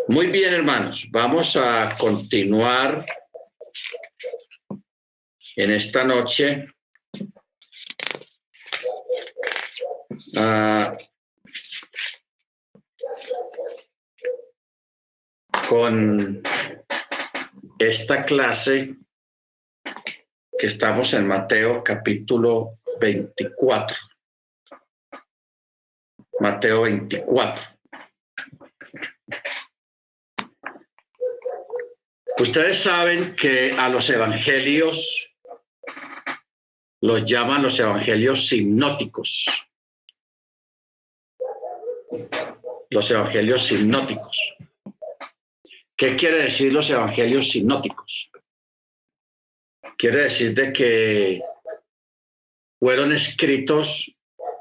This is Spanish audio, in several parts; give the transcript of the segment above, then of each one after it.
Muy bien, hermanos, vamos a continuar en esta noche con esta clase que estamos en Mateo capítulo 24. Mateo 24. Ustedes saben que a los evangelios los llaman los evangelios sinópticos. Los evangelios sinópticos. ¿Qué quiere decir los evangelios sinópticos? Quiere decir de que fueron escritos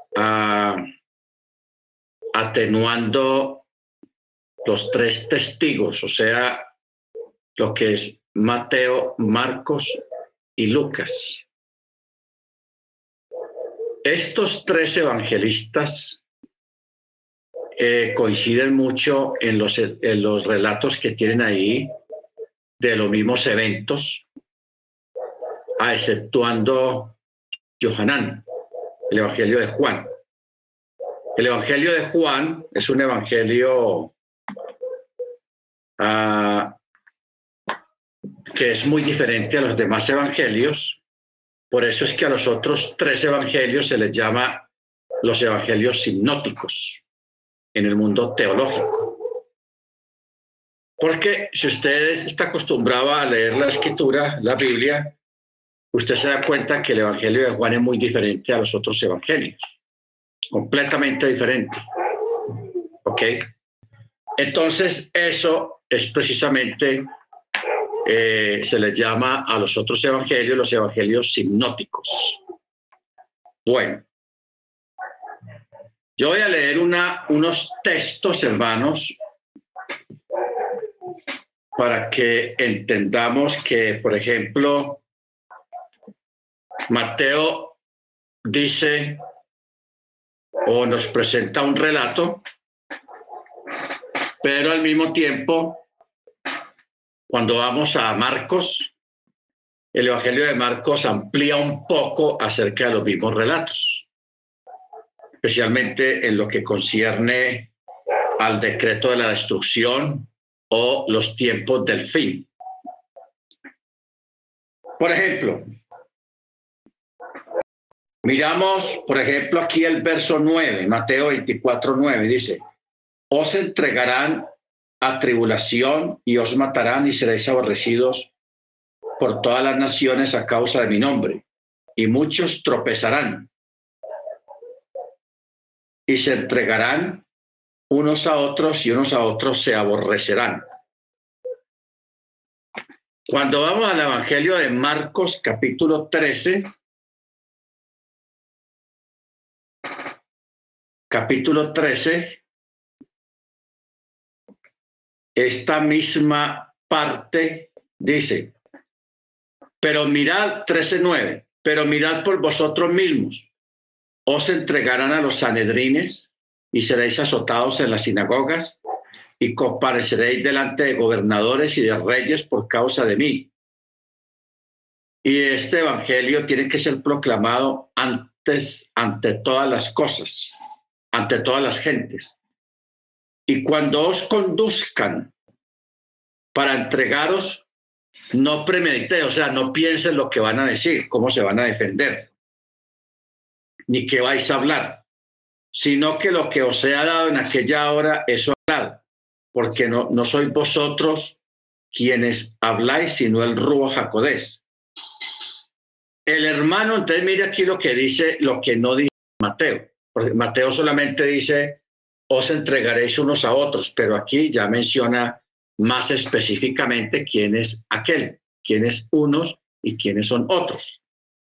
atenuando los tres testigos, o sea, lo que es Mateo, Marcos y Lucas. Estos tres evangelistas coinciden mucho en los relatos que tienen ahí de los mismos eventos, exceptuando Johanán, el Evangelio de Juan. El Evangelio de Juan es un evangelio que es muy diferente a los demás evangelios. Por eso es que a los otros tres evangelios se les llama los evangelios sinópticos en el mundo teológico. Porque si usted está acostumbrado a leer la Escritura, la Biblia, usted se da cuenta que el Evangelio de Juan es muy diferente a los otros evangelios. Completamente diferente. ¿Ok? Entonces, eso es precisamente, se les llama a los otros evangelios los evangelios sinópticos. Bueno, yo voy a leer unos textos, hermanos, para que entendamos que, por ejemplo, Mateo dice o nos presenta un relato, pero al mismo tiempo, cuando vamos a Marcos, el Evangelio de Marcos amplía un poco acerca de los mismos relatos, especialmente en lo que concierne al decreto de la destrucción o los tiempos del fin. Por ejemplo, miramos, por ejemplo, aquí el verso 9, Mateo 24, 9, dice: os entregarán a tribulación y os matarán y seréis aborrecidos por todas las naciones a causa de mi nombre, y muchos tropezarán y se entregarán unos a otros y unos a otros se aborrecerán. Cuando vamos al Evangelio de Marcos, capítulo 13, esta misma parte dice: pero mirad, 13:9, pero mirad por vosotros mismos, os entregarán a los sanedrines y seréis azotados en las sinagogas y compareceréis delante de gobernadores y de reyes por causa de mí. Y este evangelio tiene que ser proclamado ante todas las cosas, ante todas las gentes. Y cuando os conduzcan para entregaros, no premeditéis, o sea, no piensen lo que van a decir, cómo se van a defender, ni qué vais a hablar, sino que lo que os sea dado en aquella hora, eso hablad, porque no sois vosotros quienes habláis, sino el Ruach HaKodesh. El hermano, entonces mire aquí lo que dice, lo que no dice Mateo, porque Mateo solamente dice: os entregaréis unos a otros, pero aquí ya menciona más específicamente quién es aquel, quiénes unos y quiénes son otros.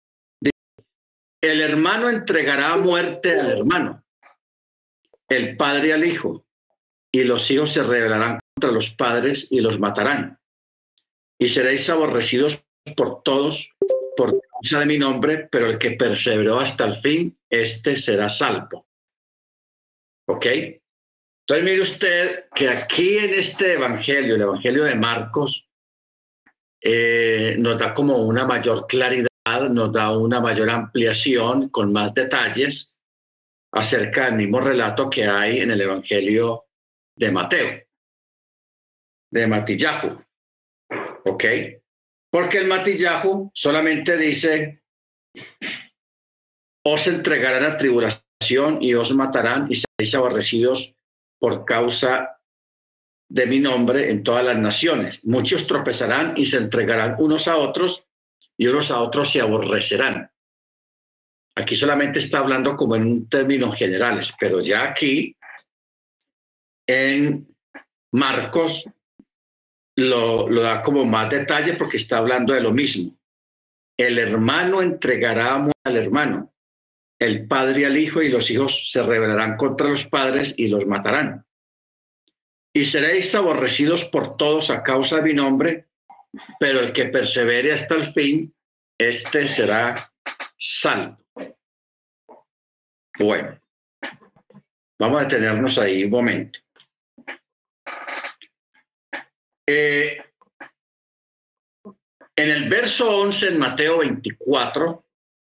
El hermano entregará a muerte al hermano, el padre al hijo, y los hijos se rebelarán contra los padres y los matarán. Y seréis aborrecidos por todos por causa de mi nombre, pero el que perseveró hasta el fin, este será salvo. ¿Ok? Entonces Entonces mire usted que aquí en este evangelio, el evangelio de Marcos, nos da como una mayor claridad, nos da una mayor ampliación con más detalles acerca del mismo relato que hay en el evangelio de Mateo, de Matillahu, ¿ok? Porque el Matillahu solamente dice, os entregarán a tribulación y os matarán y seréis aborrecidos por causa de mi nombre en todas las naciones. Muchos tropezarán y se entregarán unos a otros y unos a otros se aborrecerán. Aquí solamente está hablando como en términos generales, pero ya aquí en Marcos lo da como más detalle porque está hablando de lo mismo. El hermano entregará amor al hermano, el padre al hijo, y los hijos se rebelarán contra los padres y los matarán. Y seréis aborrecidos por todos a causa de mi nombre, pero el que persevere hasta el fin, este será salvo. Bueno, vamos a detenernos ahí un momento. En el verso 11 en Mateo 24,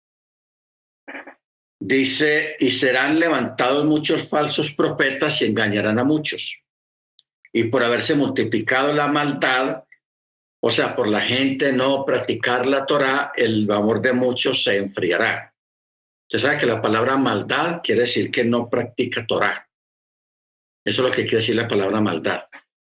dice, y serán levantados muchos falsos profetas y engañarán a muchos. Y por haberse multiplicado la maldad, o sea, por la gente no practicar la Torá, el amor de muchos se enfriará. Usted sabe que la palabra maldad quiere decir que no practica Torá. Eso es lo que quiere decir la palabra maldad.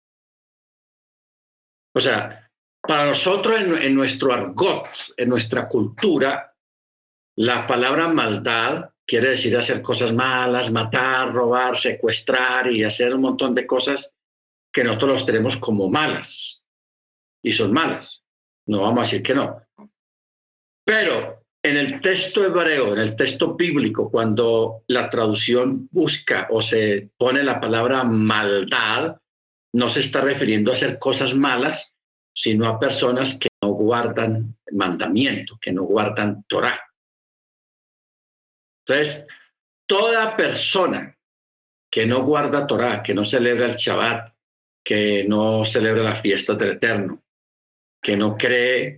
O sea, para nosotros en nuestro argot, en nuestra cultura, la palabra maldad quiere decir hacer cosas malas, matar, robar, secuestrar y hacer un montón de cosas que nosotros los tenemos como malas. Y son malas. No vamos a decir que no. Pero en el texto hebreo, en el texto bíblico, cuando la traducción busca o se pone la palabra maldad, no se está refiriendo a hacer cosas malas, sino a personas que no guardan mandamiento, que no guardan Torá. Entonces, toda persona que no guarda Torá, que no celebra el Shabbat, que no celebra las fiestas del Eterno, que no cree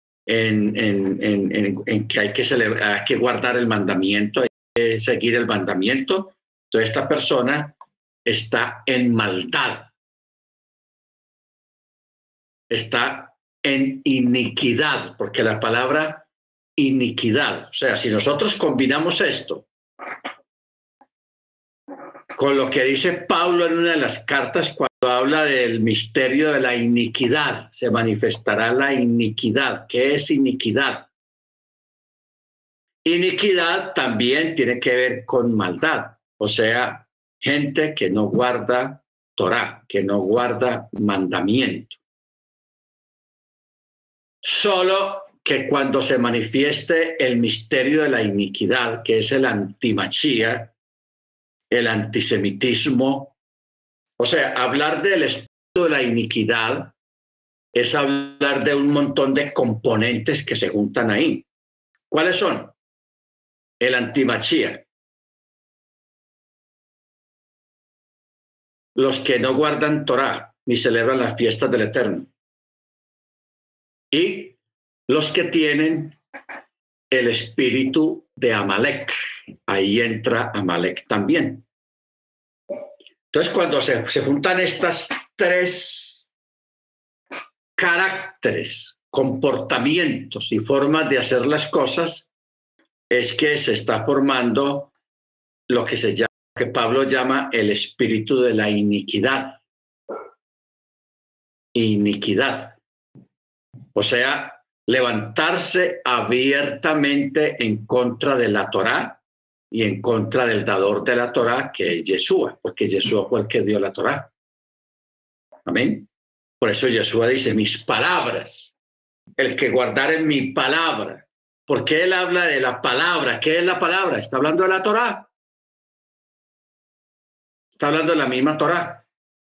en que hay que celebrar, hay que guardar el mandamiento, hay que seguir el mandamiento, entonces esta persona está en maldad, está en iniquidad, porque la palabra iniquidad, o sea, si nosotros combinamos esto con lo que dice Pablo en una de las cartas cuando habla del misterio de la iniquidad, se manifestará la iniquidad. ¿Qué es iniquidad? Iniquidad también tiene que ver con maldad, o sea, gente que no guarda Torá, que no guarda mandamiento. Solo que cuando se manifieste el misterio de la iniquidad, que es el antimachía, el antisemitismo, o sea, hablar del espíritu de la iniquidad es hablar de un montón de componentes que se juntan ahí. ¿Cuáles son? El antimachía, los que no guardan Torá ni celebran las fiestas del Eterno, y los que tienen el espíritu de Amalek. Ahí entra Amalek también. Entonces, cuando se juntan estas tres caracteres, comportamientos y formas de hacer las cosas, es que se está formando lo que se llama, que Pablo llama el espíritu de la iniquidad. Iniquidad. O sea, levantarse abiertamente en contra de la Torá y en contra del dador de la Torá, que es Yeshua, porque Yeshua fue el que dio la Torá. Amén. Por eso Yeshua dice, mis palabras, el que guardare mi palabra. ¿Por qué él habla de la palabra? ¿Qué es la palabra? Está hablando de la Torá. Está hablando de la misma Torá.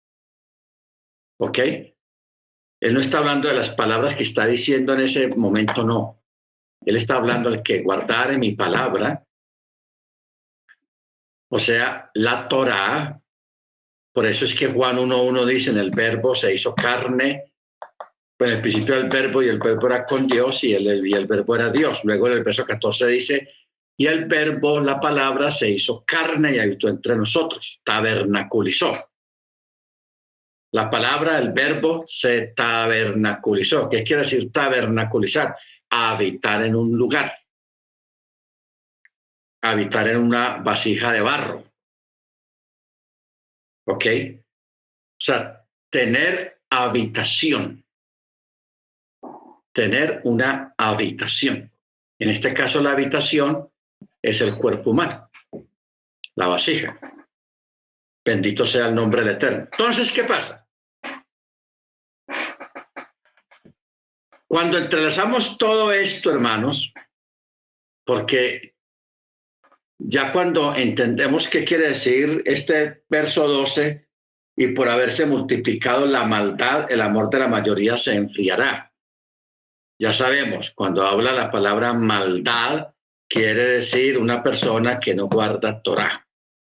¿Ok? Él no está hablando de las palabras que está diciendo en ese momento, no. Él está hablando del que guardare mi palabra, o sea, la Torá, Por eso es que Juan 1:1 dice, en el verbo se hizo carne. En el principio era el verbo y el verbo era con Dios y el verbo era Dios. Luego en el verso 14 dice, y el verbo, la palabra, se hizo carne y habitó entre nosotros, tabernaculizó. La palabra, el verbo, se tabernaculizó. ¿Qué quiere decir tabernaculizar? Habitar en un lugar. Habitar en una vasija de barro. ¿Ok? O sea, tener habitación. Tener una habitación. En este caso, la habitación es el cuerpo humano, la vasija. Bendito sea el nombre del Eterno. Entonces, ¿qué pasa? Cuando entrelazamos todo esto, hermanos, porque ya cuando entendemos qué quiere decir este verso 12, y por haberse multiplicado la maldad, el amor de la mayoría se enfriará. Ya sabemos, cuando habla la palabra maldad, quiere decir una persona que no guarda Torah.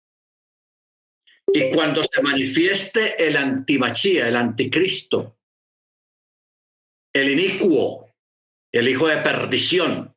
Y cuando se manifieste el antimachía, el anticristo, el inicuo, el hijo de perdición,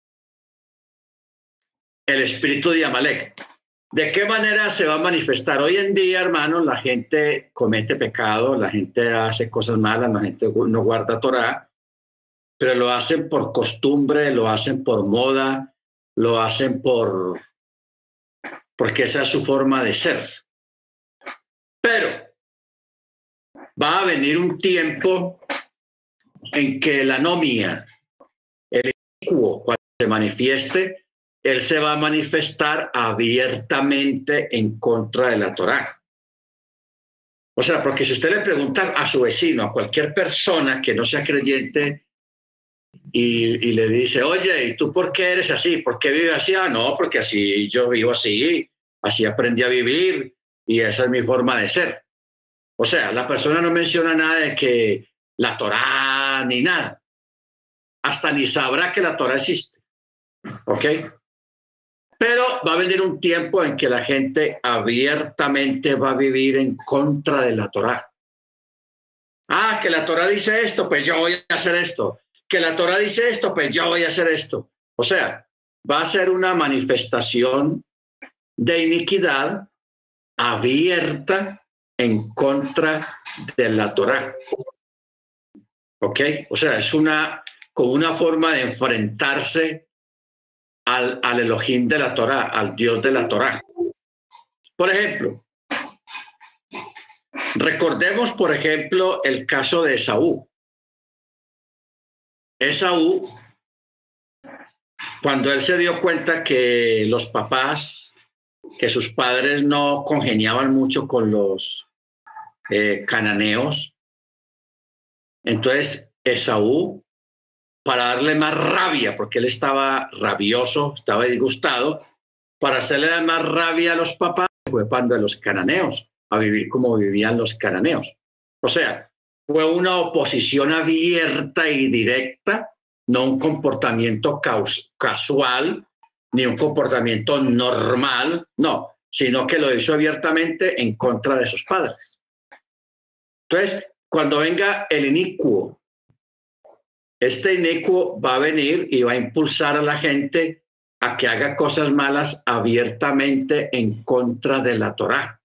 el espíritu de Amalek, ¿de qué manera se va a manifestar? Hoy en día, hermanos, la gente comete pecado, la gente hace cosas malas, la gente no guarda Torah, pero lo hacen por costumbre, lo hacen por moda, lo hacen porque esa es su forma de ser. Pero va a venir un tiempo en que la anomia, el inicuo, cuando se manifieste, él se va a manifestar abiertamente en contra de la Torá. O sea, porque si usted le pregunta a su vecino, a cualquier persona que no sea creyente, y le dice, oye, ¿y tú por qué eres así? ¿Por qué vives así? Ah, no, porque así yo vivo así, así aprendí a vivir y esa es mi forma de ser. O sea, la persona no menciona nada de que la Torá ni nada. Hasta ni sabrá que la Torá existe. ¿Ok? Pero va a venir un tiempo en que la gente abiertamente va a vivir en contra de la Torá. Ah, que la Torá dice esto, pues yo voy a hacer esto. Que la Torá dice esto, pues yo voy a hacer esto. O sea, va a ser una manifestación de iniquidad abierta en contra de la Torá. ¿Ok? O sea, es como una forma de enfrentarse al Elohim de la Torá, al Dios de la Torá. Por ejemplo, recordemos, por ejemplo, el caso de Esaú. Esaú, cuando él se dio cuenta que los papás, que sus padres no congeniaban mucho con los cananeos, entonces Esaú, para darle más rabia, porque él estaba rabioso, estaba disgustado, para hacerle más rabia a los papás, fue cuando a los cananeos, a vivir como vivían los cananeos. O sea, fue una oposición abierta y directa, no un comportamiento casual, ni un comportamiento normal, no, sino que lo hizo abiertamente en contra de sus padres. Entonces, cuando venga el inicuo, este inicuo va a venir y va a impulsar a la gente a que haga cosas malas abiertamente en contra de la Torá.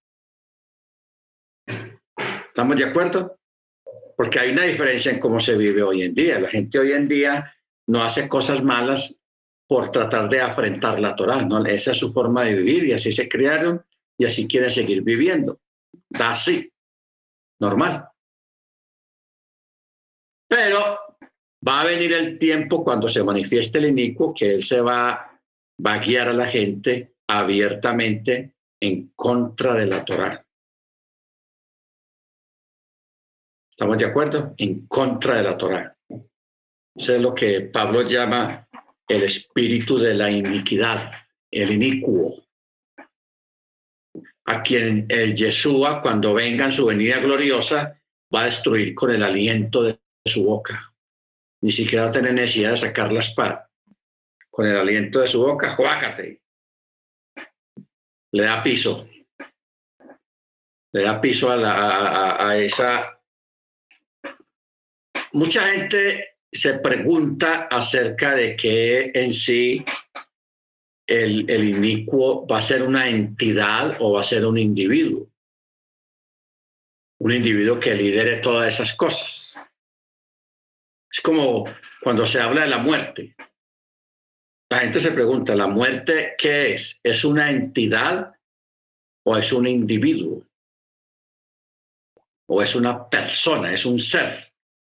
¿Estamos de acuerdo? Porque hay una diferencia en cómo se vive hoy en día. La gente hoy en día no hace cosas malas por tratar de afrentar la Torá, ¿no? Esa es su forma de vivir y así se criaron y así quieren seguir viviendo. Da así, normal. Pero va a venir el tiempo cuando se manifieste el inicuo que él se va a guiar a la gente abiertamente en contra de la Torá. ¿Estamos de acuerdo? En contra de la Torá. Eso es lo que Pablo llama el espíritu de la iniquidad, el inicuo, a quien el Yeshua, cuando venga en su venida gloriosa, va a destruir con el aliento de su boca. Ni siquiera va a tener necesidad de sacar la espada. Con el aliento de su boca, ¡juácate! Le da piso. le da piso a esa. Mucha gente se pregunta acerca de que en sí el inicuo va a ser una entidad o va a ser un individuo que lidere todas esas cosas. Es como cuando se habla de la muerte. La gente se pregunta, ¿la muerte qué es? ¿Es una entidad o es un individuo? ¿O es una persona? ¿Es un ser?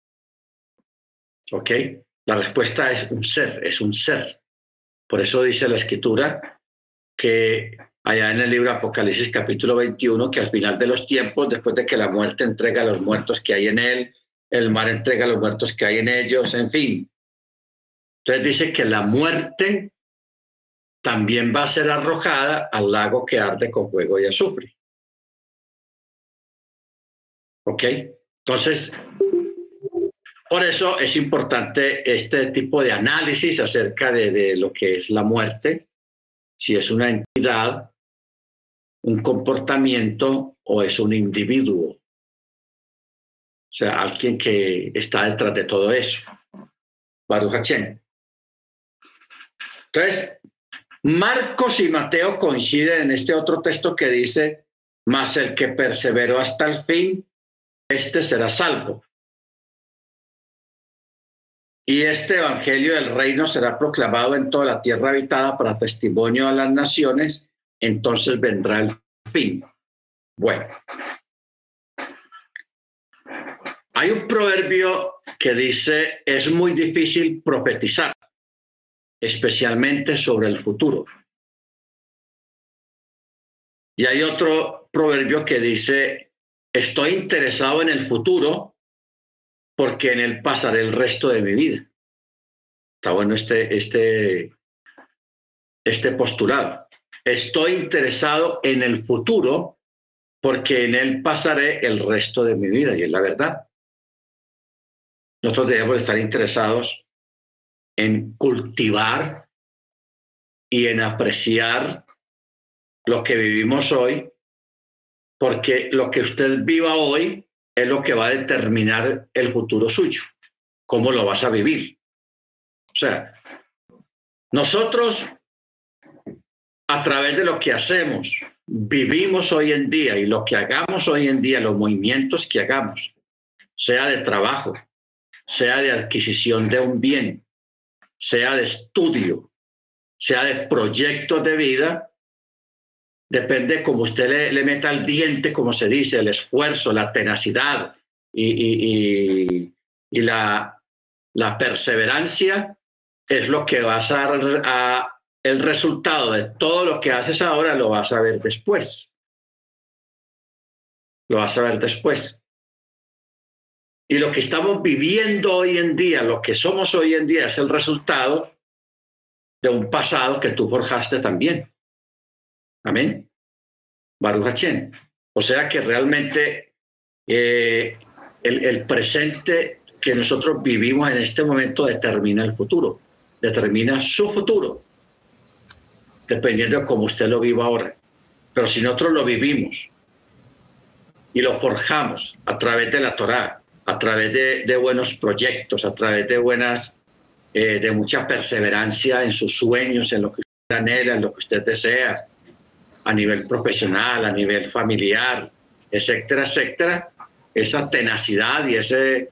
¿Ok? La respuesta es un ser, es un ser. Por eso dice la Escritura que allá en el libro Apocalipsis capítulo 21, que al final de los tiempos, después de que la muerte entrega a los muertos que hay en él, el mar entrega a los muertos que hay en ellos, en fin. Entonces dice que la muerte también va a ser arrojada al lago que arde con fuego y azufre. ¿Ok? Entonces, por eso es importante este tipo de análisis acerca de lo que es la muerte, si es una entidad, un comportamiento o es un individuo. O sea, alguien que está detrás de todo eso. Baruch Hashem. Entonces, Marcos y Mateo coinciden en este otro texto que dice, mas el que perseveró hasta el fin, este será salvo. Y este evangelio del reino será proclamado en toda la tierra habitada para testimonio a las naciones, entonces vendrá el fin. Bueno, hay un proverbio que dice, es muy difícil profetizar, especialmente sobre el futuro. Y hay otro proverbio que dice, estoy interesado en el futuro porque en él pasaré el resto de mi vida. Está bueno este postulado. Estoy interesado en el futuro porque en él pasaré el resto de mi vida. Y es la verdad. Nosotros debemos estar interesados en cultivar y en apreciar lo que vivimos hoy, porque lo que usted viva hoy es lo que va a determinar el futuro suyo, cómo lo vas a vivir. O sea, nosotros, a través de lo que hacemos, vivimos hoy en día y lo que hagamos hoy en día, los movimientos que hagamos, sea de trabajo, sea de adquisición de un bien, sea de estudio, sea de proyectos de vida, depende como usted le meta el diente, como se dice, el esfuerzo, la tenacidad y la perseverancia, es lo que vas a el resultado de todo lo que haces ahora lo vas a ver después. Lo vas a ver después. Y lo que estamos viviendo hoy en día, lo que somos hoy en día, es el resultado de un pasado que tú forjaste también. Amén. Baruch Hashem. O sea que realmente el presente que nosotros vivimos en este momento determina el futuro, determina su futuro, dependiendo de cómo usted lo viva ahora. Pero si nosotros lo vivimos y lo forjamos a través de la Torá, a través de buenos proyectos, a través de de mucha perseverancia en sus sueños, en lo que usted anhela, en lo que usted desea, a nivel profesional, a nivel familiar, etcétera, etcétera, esa tenacidad y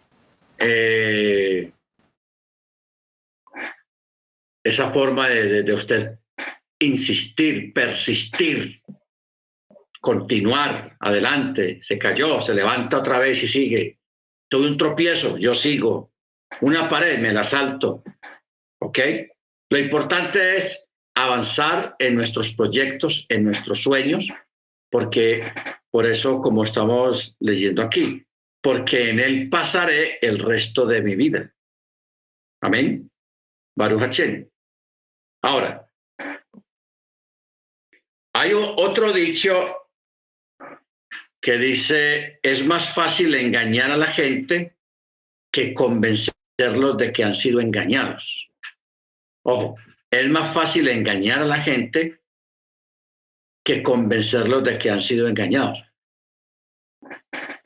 esa forma de usted insistir, persistir, continuar adelante, se cayó, se levanta otra vez y sigue. Tuve un tropiezo, yo sigo. Una pared, me la salto. ¿Ok? Lo importante es avanzar en nuestros proyectos, en nuestros sueños, porque por eso, como estamos leyendo aquí, porque en él pasaré el resto de mi vida. Amén. Baruch Hashem. Ahora, hay otro dicho que dice, es más fácil engañar a la gente que convencerlos de que han sido engañados. Ojo, es más fácil engañar a la gente que convencerlos de que han sido engañados.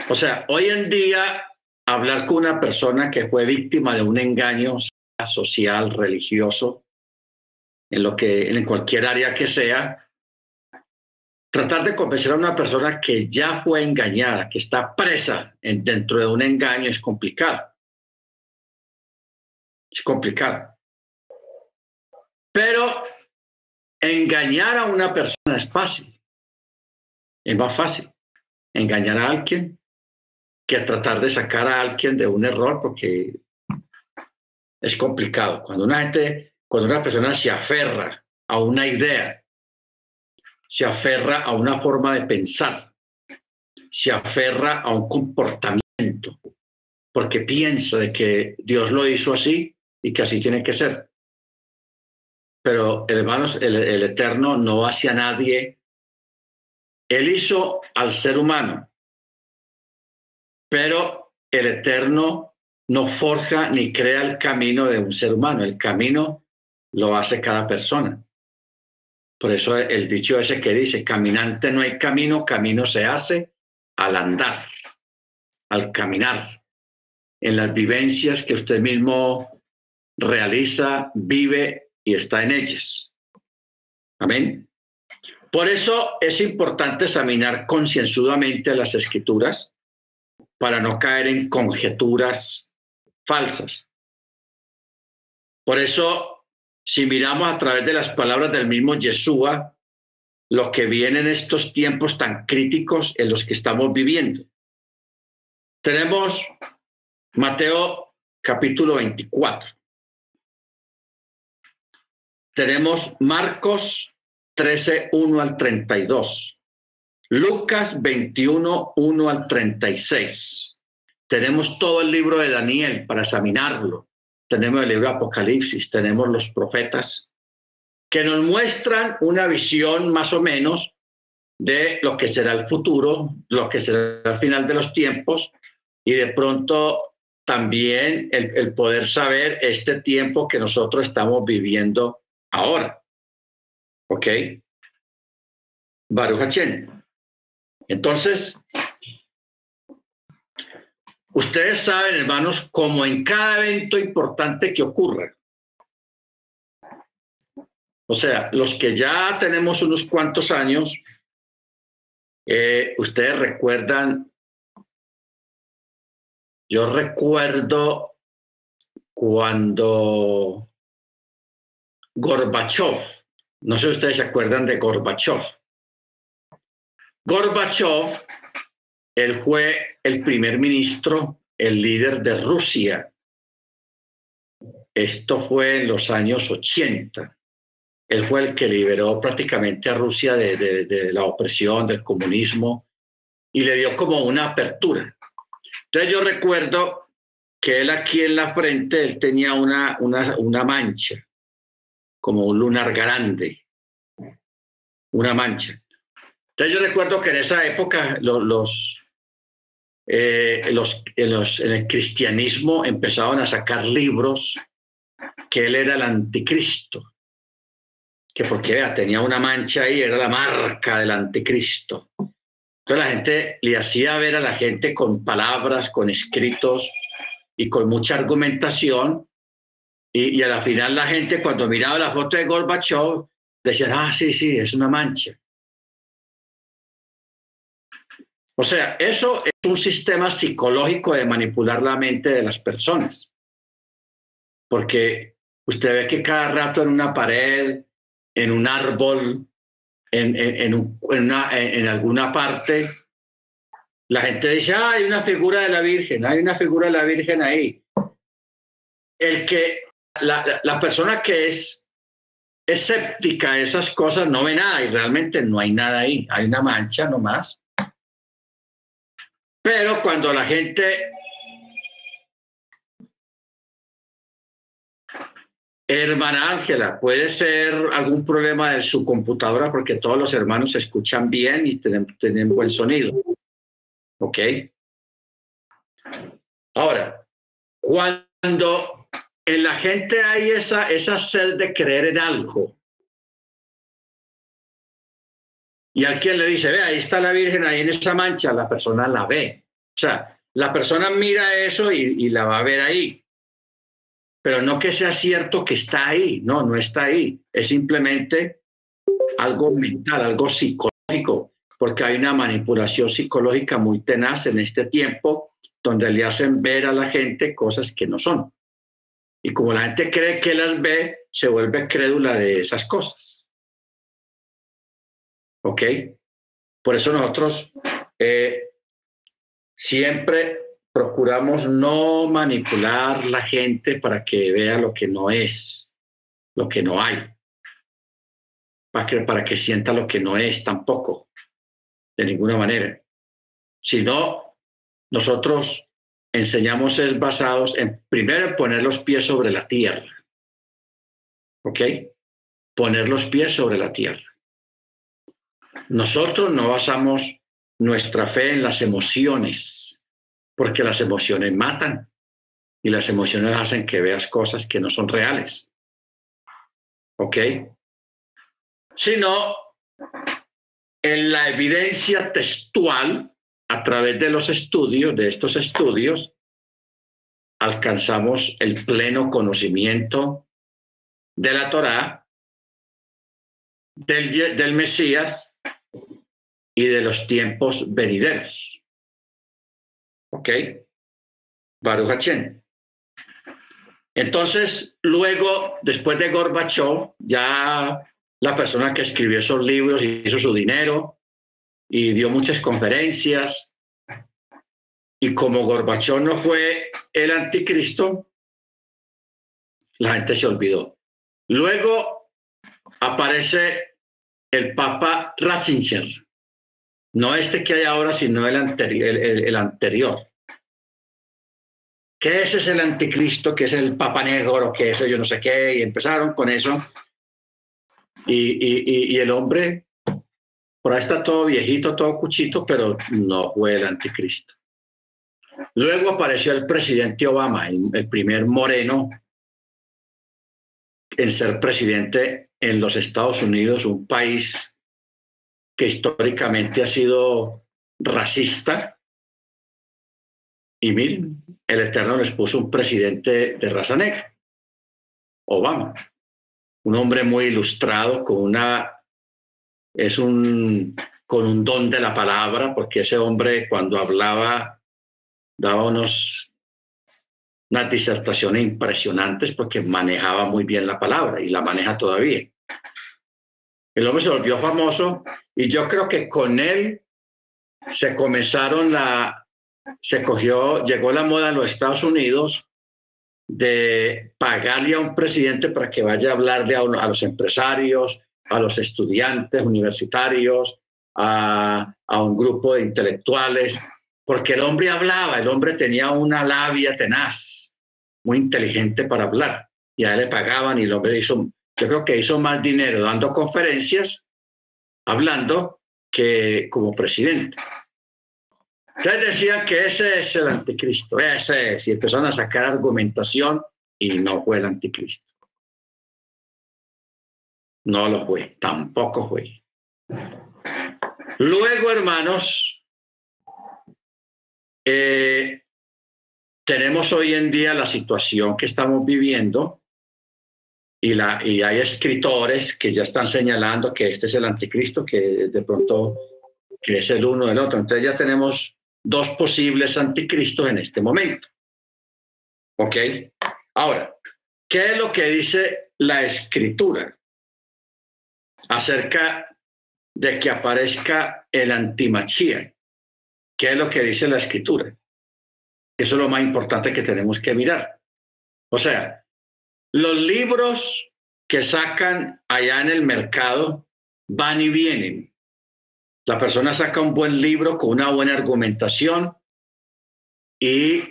O sea, hoy en día hablar con una persona que fue víctima de un engaño social, religioso, en cualquier área que sea, tratar de convencer a una persona que ya fue engañada, que está presa dentro de un engaño es complicado. Es complicado. Pero engañar a una persona es fácil. Es más fácil engañar a alguien que tratar de sacar a alguien de un error, porque es complicado. Cuando una persona se aferra a una idea, se aferra a una forma de pensar, se aferra a un comportamiento, porque piensa de que Dios lo hizo así y que así tiene que ser. Pero, hermanos, el Eterno no hace a nadie. Él hizo al ser humano, pero el Eterno no forja ni crea el camino de un ser humano. El camino lo hace cada persona. Por eso el dicho ese que dice, caminante no hay camino, camino se hace al andar, al caminar, en las vivencias que usted mismo realiza, vive y está en ellas. Amén. Por eso es importante examinar concienzudamente las escrituras para no caer en conjeturas falsas. Por eso, si miramos a través de las palabras del mismo Yeshua, lo que viene en estos tiempos tan críticos en los que estamos viviendo. Tenemos Mateo capítulo 24. Tenemos Marcos 13, 1 al 32. Lucas 21, 1 al 36. Tenemos todo el libro de Daniel para examinarlo. Tenemos el libro de Apocalipsis, tenemos los profetas que nos muestran una visión más o menos de lo que será el futuro, lo que será el final de los tiempos, y de pronto también el poder saber este tiempo que nosotros estamos viviendo ahora. ¿Ok? Baruch Hashem. Entonces, ustedes saben, hermanos, como en cada evento importante que ocurra. O sea, los que ya tenemos unos cuantos años, ustedes recuerdan, yo recuerdo cuando Gorbachev, no sé si ustedes se acuerdan de Gorbachev. Gorbachev, él fue el primer ministro, el líder de Rusia. Esto fue en los años 80. Él fue el que liberó prácticamente a Rusia de la opresión, del comunismo, y le dio como una apertura. Entonces yo recuerdo que él aquí en la frente, él tenía una mancha, como un lunar grande, una mancha. Entonces yo recuerdo que en esa época en el cristianismo empezaban a sacar libros que él era el anticristo, que porque vea, tenía una mancha ahí, era la marca del anticristo. Entonces la gente le hacía ver a la gente con palabras, con escritos y con mucha argumentación, y a la final la gente cuando miraba la foto de Gorbachev decía, ah, sí, sí, es una mancha. O sea, eso es un sistema psicológico de manipular la mente de las personas. Porque usted ve que cada rato en una pared, en un árbol, en alguna parte, la gente dice, ah, hay una figura de la Virgen, hay una figura de la Virgen ahí. La persona que es escéptica a esas cosas no ve nada y realmente no hay nada ahí, hay una mancha nomás. Pero cuando la gente, hermana Ángela, puede ser algún problema de su computadora porque todos los hermanos se escuchan bien y tienen buen sonido. ¿Ok? Ahora, cuando en la gente hay esa sed de creer en algo y alguien le dice, ve, ahí está la Virgen, ahí en esa mancha, la persona la ve. sea, la persona mira eso y la va a ver ahí, pero no que sea cierto que está ahí, no, no está ahí, es simplemente algo mental, algo psicológico, porque hay una manipulación psicológica muy tenaz en este tiempo donde le hacen ver a la gente cosas que no son. Y como la gente cree que las ve, se vuelve crédula de esas cosas. ¿Ok? Por eso nosotros siempre procuramos no manipular la gente para que vea lo que no es, lo que no hay, para que sienta lo que no es tampoco, de ninguna manera. Sino, nosotros enseñamos es basados en, primero, poner los pies sobre la tierra. ¿Ok? Poner los pies sobre la tierra. Nosotros no basamos nuestra fe en las emociones, porque las emociones matan y las emociones hacen que veas cosas que no son reales. ¿Ok? Sino en la evidencia textual, a través de los estudios, de estos estudios, alcanzamos el pleno conocimiento de la Torá, del Mesías y de los tiempos venideros. ¿Ok? Baruch Hashem. Entonces, luego, después de Gorbachov, ya la persona que escribió esos libros hizo su dinero y dio muchas conferencias. Y como Gorbachov no fue el anticristo, la gente se olvidó. Luego aparece el Papa Ratzinger, no este que hay ahora, sino el anterior. Que ese es el anticristo, que es el Papa Negro, que eso yo no sé qué, y empezaron con eso. Y el hombre, por ahí está todo viejito, todo cuchito, pero no fue el anticristo. Luego apareció el presidente Obama, el primer moreno en ser presidente en los Estados Unidos, un país que históricamente ha sido racista. Y miren, el Eterno les puso un presidente de raza negra, Obama, un hombre muy ilustrado, con un don de la palabra, porque ese hombre cuando hablaba daba unas disertaciones impresionantes porque manejaba muy bien la palabra y la maneja todavía. El hombre se volvió famoso y yo creo que con él llegó la moda en los Estados Unidos de pagarle a un presidente para que vaya a hablarle a los empresarios, a los estudiantes universitarios, a un grupo de intelectuales, porque el hombre hablaba, el hombre tenía una labia tenaz, muy inteligente para hablar, y a él le pagaban y el hombre yo creo que hizo más dinero dando conferencias, hablando, que como presidente. Entonces decían que ese es el anticristo, ese es, y empezaron a sacar argumentación y no fue el anticristo. No lo fue, tampoco fue. Luego, hermanos, tenemos hoy en día la situación que estamos viviendo y hay escritores que ya están señalando que este es el anticristo, que de pronto que es el uno del otro. Entonces ya tenemos dos posibles anticristos en este momento. ¿Ok? Ahora, ¿qué es lo que dice la escritura acerca de que aparezca el antimachía? ¿Qué es lo que dice la escritura? Eso es lo más importante que tenemos que mirar. O sea, los libros que sacan allá en el mercado van y vienen. La persona saca un buen libro con una buena argumentación y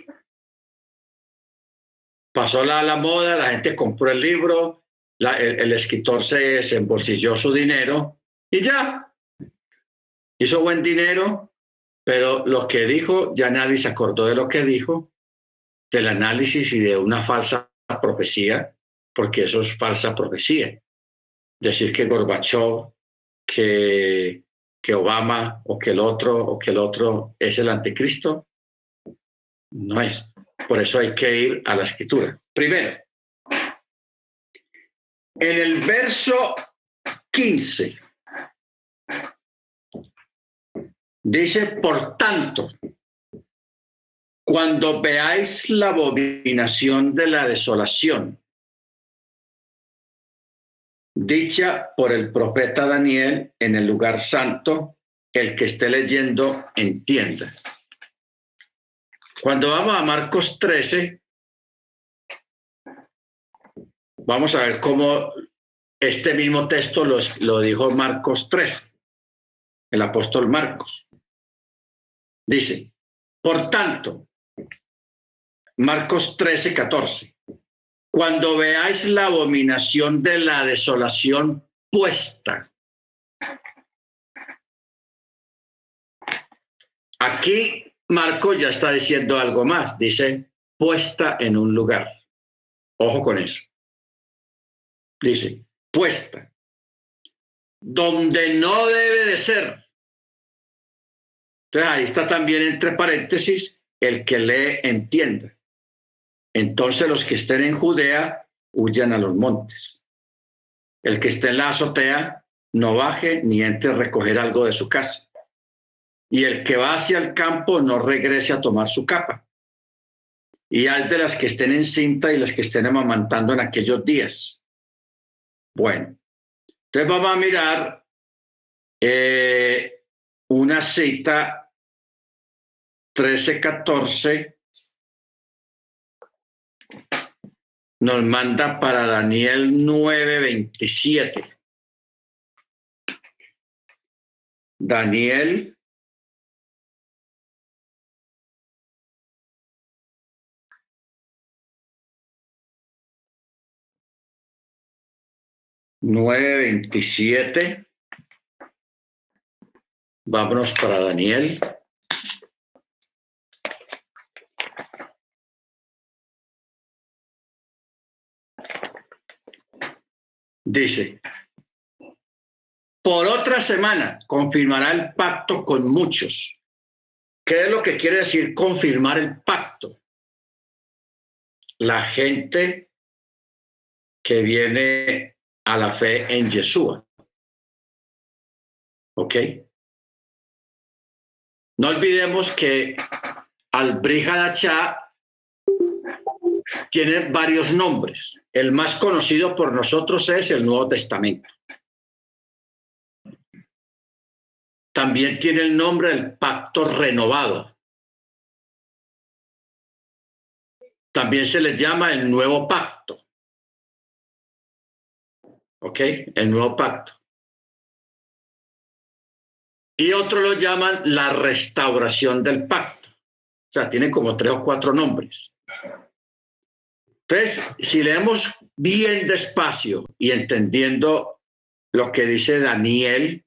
pasó la moda, la gente compró el libro, el escritor se embolsilló su dinero y ya, hizo buen dinero, pero lo que dijo, ya nadie se acordó de lo que dijo, del análisis y de una falsa profecía, porque eso es falsa profecía. Decir que Gorbachov, que Obama o que el otro es el anticristo, No es. Por eso hay que ir a la escritura. Primero, en el verso 15, dice, por tanto, cuando veáis la abominación de la desolación, dicha por el profeta Daniel en el lugar santo, el que esté leyendo entienda. Cuando vamos a Marcos 13, vamos a ver cómo este mismo texto lo dijo Marcos 13, el apóstol Marcos. Dice, por tanto, Marcos 13, 14, cuando veáis la abominación de la desolación puesta. Aquí Marcos ya está diciendo algo más, dice, puesta en un lugar. Ojo con eso. Dice, puesta, donde no debe de ser. Entonces ahí está también entre paréntesis, el que lee entienda. Entonces los que estén en Judea huyan a los montes. El que esté en la azotea no baje ni entre a recoger algo de su casa. Y el que va hacia el campo no regrese a tomar su capa. Y hay de las que estén en cinta y las que estén amamantando en aquellos días. Bueno, entonces vamos a mirar una cita 13:14. Nos manda para Daniel 9:27. Daniel 9:27. Vámonos para Daniel. Dice, por otra semana confirmará el pacto con muchos. ¿Qué es lo que quiere decir confirmar el pacto? La gente que viene a la fe en Yeshua. ¿Ok? No olvidemos que Al-Brit Hadashah tiene varios nombres. El más conocido por nosotros es el Nuevo Testamento. También tiene el nombre del pacto renovado. También se les llama el nuevo pacto. ¿Ok? El nuevo pacto. Y otros lo llaman la restauración del pacto. O sea, tiene como 3 o 4 nombres. Entonces, si leemos bien despacio y entendiendo lo que dice Daniel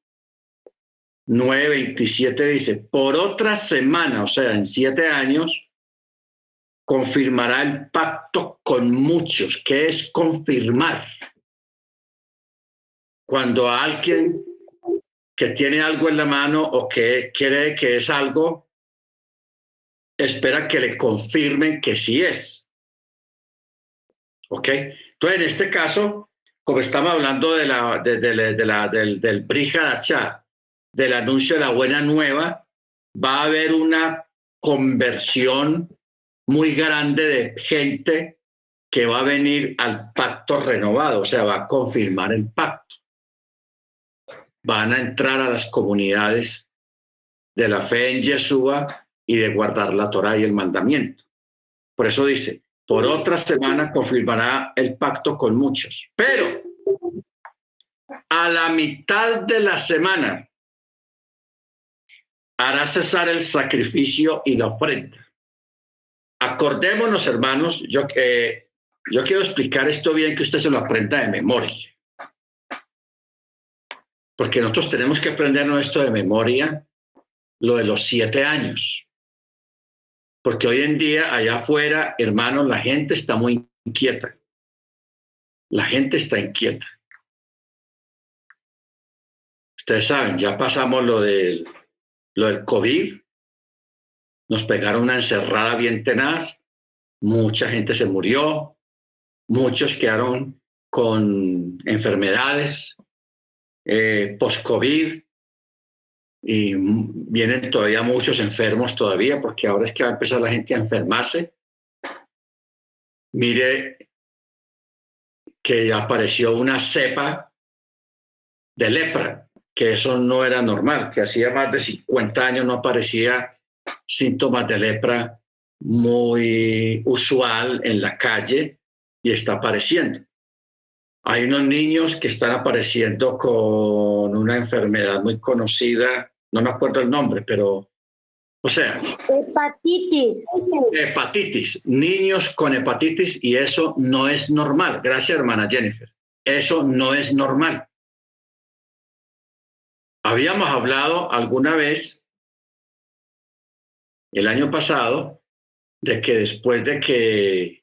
9:27, dice, por otra semana, o sea, en 7 años, confirmará el pacto con muchos. ¿Qué es confirmar? Cuando alguien que tiene algo en la mano o que cree que es algo, espera que le confirmen que sí es. ¿Ok? Entonces, en este caso, como estamos hablando del Brit Hadashah, del anuncio de la buena nueva, va a haber una conversión muy grande de gente que va a venir al pacto renovado, o sea, va a confirmar el pacto. Van a entrar a las comunidades de la fe en Yeshua y de guardar la Torá y el mandamiento. Por eso dice, por otra semana confirmará el pacto con muchos, pero a la mitad de la semana hará cesar el sacrificio y la ofrenda. Acordémonos, hermanos, yo quiero explicar esto bien, que usted se lo aprenda de memoria. Porque nosotros tenemos que aprendernos esto de memoria, lo de los 7 años. Porque hoy en día, allá afuera, hermanos, la gente está muy inquieta. La gente está inquieta. Ustedes saben, ya pasamos lo del COVID, nos pegaron una encerrada bien tenaz, mucha gente se murió, muchos quedaron con enfermedades post-COVID y vienen todavía muchos enfermos todavía porque ahora es que va a empezar la gente a enfermarse. Mire que apareció una cepa de lepra, que eso no era normal, que hacía más de 50 años no aparecía síntomas de lepra muy usual en la calle y está apareciendo. Hay unos niños que están apareciendo con una enfermedad muy conocida, no me acuerdo el nombre, pero, o sea, hepatitis. Hepatitis, niños con hepatitis, y eso no es normal. Gracias, hermana Jennifer. Eso no es normal. Habíamos hablado alguna vez, el año pasado, de que después de que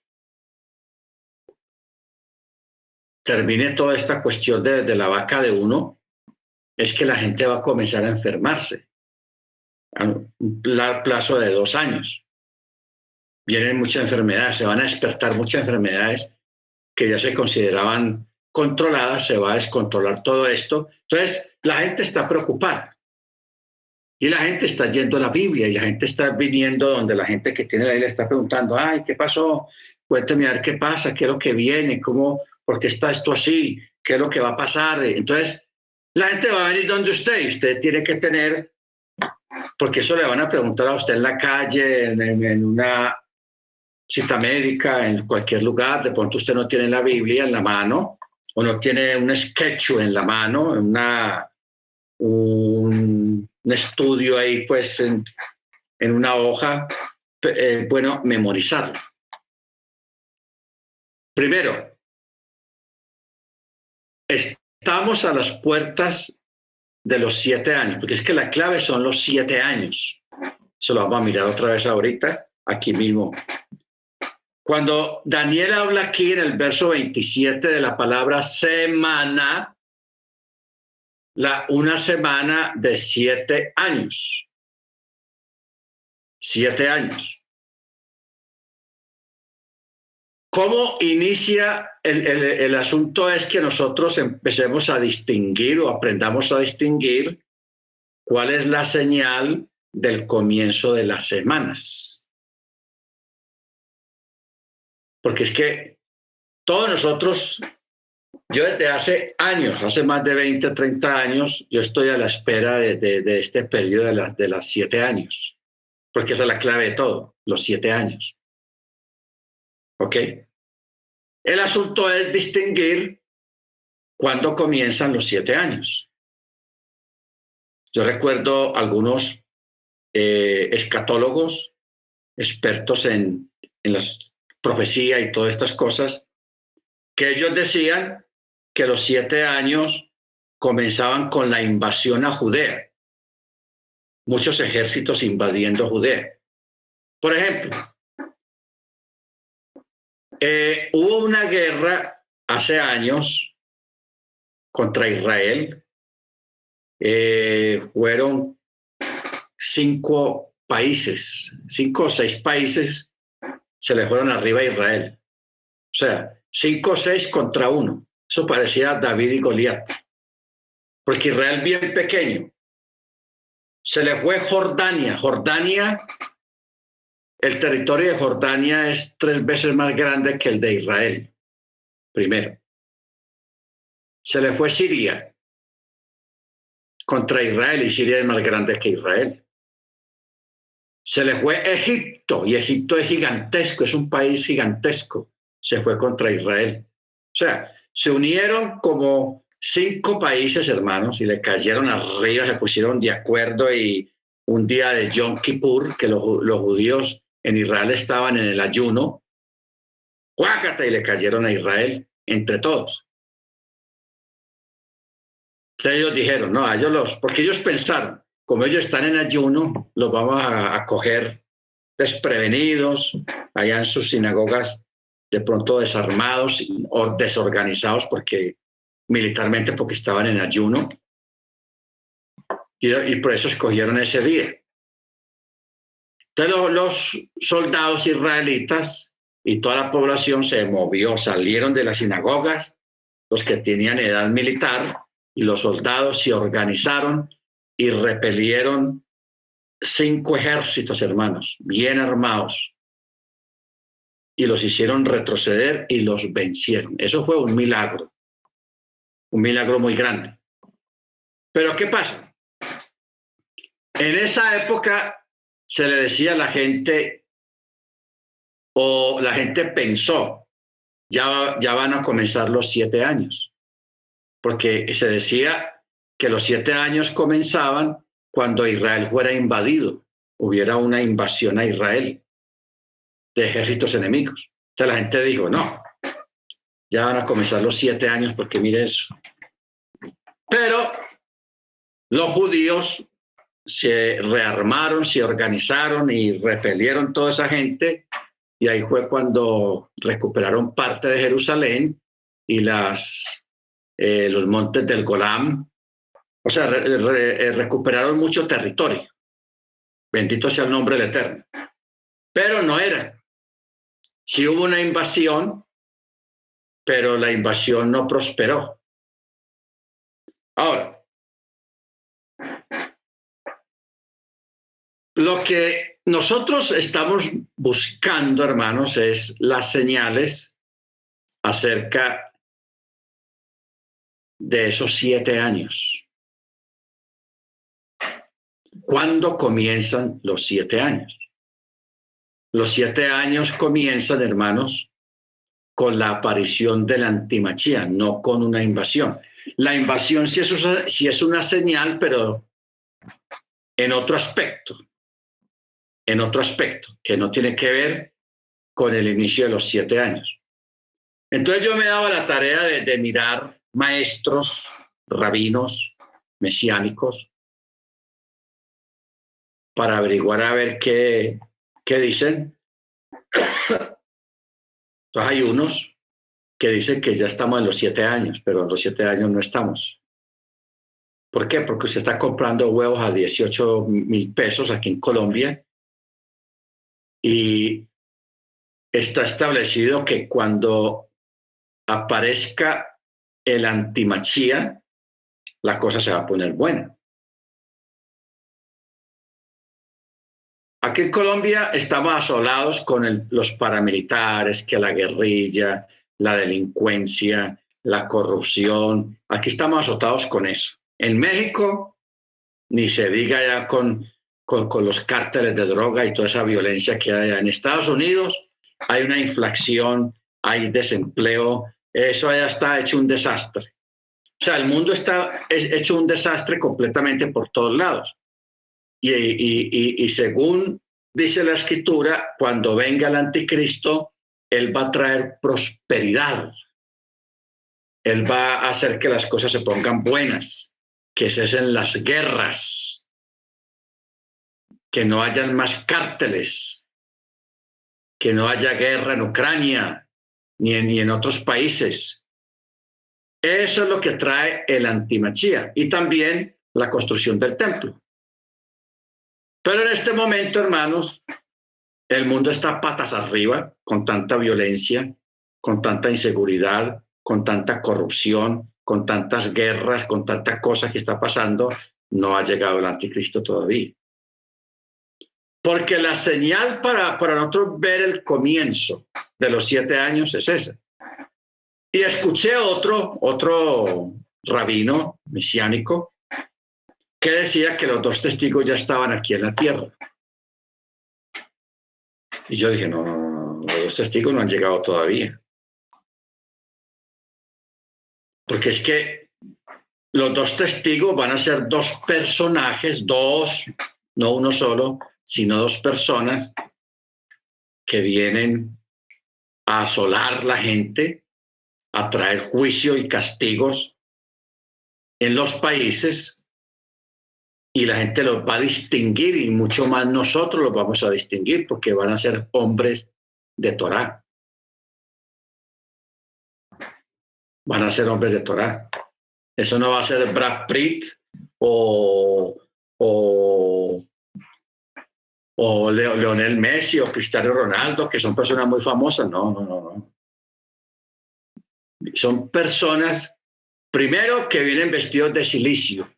termine toda esta cuestión de la vaca de uno, es que la gente va a comenzar a enfermarse a un plazo de 2 años. Vienen muchas enfermedades, se van a despertar muchas enfermedades que ya se consideraban controladas, se va a descontrolar todo esto. Entonces, la gente está preocupada y la gente está yendo a la Biblia y la gente está viniendo donde la gente que tiene la Biblia está preguntando, ay, ¿qué pasó? Cuénteme a ver qué pasa, qué es lo que viene, cómo, por qué está esto así, qué es lo que va a pasar. Entonces, la gente va a venir donde usted y usted tiene que tener, porque eso le van a preguntar a usted en la calle, en una cita médica, en cualquier lugar, de pronto usted no tiene la Biblia en la mano o no tiene un sketch en la mano, un estudio ahí pues en una hoja, bueno, memorizarlo. Primero, estamos a las puertas de los 7 años, porque es que la clave son los 7 años. Eso lo vamos a mirar otra vez ahorita, aquí mismo. Cuando Daniel habla aquí en el verso 27 de la palabra semana, una semana de 7 años. 7 años. ¿Cómo inicia el asunto? Es que nosotros empecemos a distinguir o aprendamos a distinguir cuál es la señal del comienzo de las semanas. Porque es que todos nosotros, yo desde hace años, hace más de 20, 30 años, yo estoy a la espera de este periodo de las 7 años, porque esa es la clave de todo, los 7 años. ¿Ok? El asunto es distinguir cuándo comienzan los 7 años. Yo recuerdo algunos escatólogos, expertos en la profecía y todas estas cosas, que ellos decían que los 7 años comenzaban con la invasión a Judea, muchos ejércitos invadiendo Judea. Por ejemplo, hubo una guerra hace años contra Israel. Fueron 5 países, 5 o 6 países se le fueron arriba a Israel. O sea, 5 o 6 contra 1. Eso parecía David y Goliat. Porque Israel bien pequeño. Se le fue Jordania. Jordania, el territorio de Jordania es 3 veces más grande que el de Israel. Primero. Se le fue Siria contra Israel y Siria es más grande que Israel. Se le fue Egipto y Egipto es gigantesco, es un país gigantesco. Se fue contra Israel. O sea, se unieron como 5 países, hermanos, y le cayeron arriba, se pusieron de acuerdo y un día de Yom Kippur, que los judíos en Israel estaban en el ayuno, ¡cuácata! Y le cayeron a Israel entre todos. Entonces ellos dijeron, no, porque ellos pensaron, como ellos están en ayuno, los vamos a coger desprevenidos, allá en sus sinagogas, de pronto desarmados o desorganizados militarmente porque estaban en ayuno, y por eso escogieron ese día. Entonces los soldados israelitas y toda la población se movió, salieron de las sinagogas, los que tenían edad militar, y los soldados se organizaron y repelieron 5 ejércitos, hermanos, bien armados, y los hicieron retroceder y los vencieron. Eso fue un milagro muy grande. Pero ¿qué pasa? En esa época se le decía a la gente, o la gente pensó, ya van a comenzar los 7 años, porque se decía que los 7 años comenzaban cuando Israel fuera invadido, hubiera una invasión a Israel de ejércitos enemigos. Entonces la gente dijo, no, ya van a comenzar los 7 años porque mire eso. Pero los judíos se rearmaron, se organizaron y repelieron toda esa gente, y ahí fue cuando recuperaron parte de Jerusalén y los montes del Golán. O sea, recuperaron mucho territorio. Bendito sea el nombre del Eterno. Pero no era. Sí hubo una invasión, pero la invasión no prosperó. Ahora, lo que nosotros estamos buscando, hermanos, es las señales acerca de esos 7 años. ¿Cuándo comienzan los 7 años? Los 7 años comienzan, hermanos, con la aparición de la antimachía, no con una invasión. La invasión sí es una señal, pero en otro aspecto, que no tiene que ver con el inicio de los 7 años. Entonces yo me daba la tarea de mirar maestros, rabinos, mesiánicos, para averiguar a ver qué dicen. Entonces hay unos que dicen que ya estamos en los 7 años, pero en los 7 años no estamos. ¿Por qué? Porque usted está comprando huevos a 18,000 pesos aquí en Colombia, y está establecido que cuando aparezca el antimachía, la cosa se va a poner buena. Aquí en Colombia estamos asolados con los paramilitares, que la guerrilla, la delincuencia, la corrupción. Aquí estamos azotados con eso. En México, ni se diga ya con los cárteles de droga y toda esa violencia que hay. En Estados Unidos hay una inflación, hay desempleo, eso ya está hecho un desastre. O sea, el mundo está hecho un desastre completamente por todos lados. Y según dice la Escritura, cuando venga el anticristo, él va a traer prosperidad. Él va a hacer que las cosas se pongan buenas, que cesen las guerras, que no hayan más cárteles, que no haya guerra en Ucrania ni en otros países. Eso es lo que trae el antimachía, y también la construcción del templo. Pero en este momento, hermanos, el mundo está patas arriba, con tanta violencia, con tanta inseguridad, con tanta corrupción, con tantas guerras, con tanta cosa que está pasando. No ha llegado el anticristo todavía. Porque la señal para nosotros ver el comienzo de los 7 años es esa. Y escuché otro rabino mesiánico que decía que los 2 testigos ya estaban aquí en la tierra. Y yo dije, no, los 2 testigos no han llegado todavía. Porque es que los 2 testigos van a ser 2 personajes, 2, no uno solo, sino 2 personas que vienen a asolar la gente, a traer juicio y castigos en los países, y la gente los va a distinguir, y mucho más nosotros los vamos a distinguir, porque van a ser hombres de Torá. Van a ser hombres de Torá. Eso no va a ser Brad Pitt o o Leonel Messi o Cristiano Ronaldo, que son personas muy famosas. No, no, no, no. Son personas, primero, que vienen vestidos de silicio.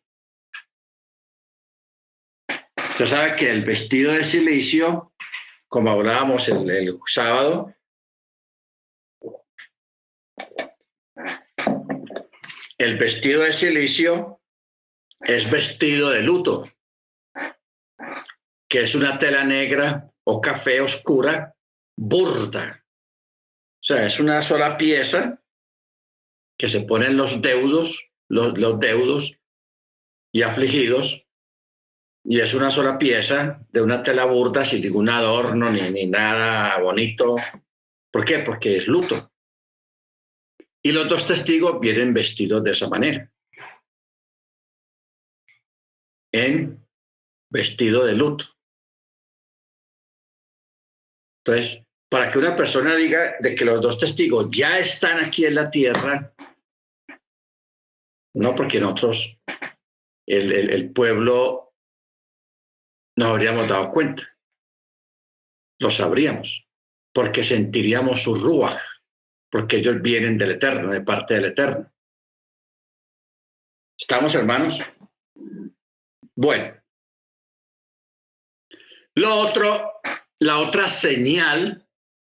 Usted sabe que el vestido de silicio, como hablábamos el sábado, el vestido de silicio es vestido de luto, que es una tela negra o café oscura, burda. O sea, es una sola pieza que se ponen los deudos y afligidos, y es una sola pieza de una tela burda sin ningún adorno ni nada bonito. ¿Por qué? Porque es luto. Y los dos testigos vienen vestidos de esa manera, en vestido de luto. Entonces, para que una persona diga de que los dos testigos ya están aquí en la tierra, no, porque nosotros, el pueblo, nos habríamos dado cuenta, lo sabríamos, porque sentiríamos su ruaj, porque ellos vienen del Eterno, de parte del Eterno. ¿Estamos, hermanos? Bueno, lo otro, la otra señal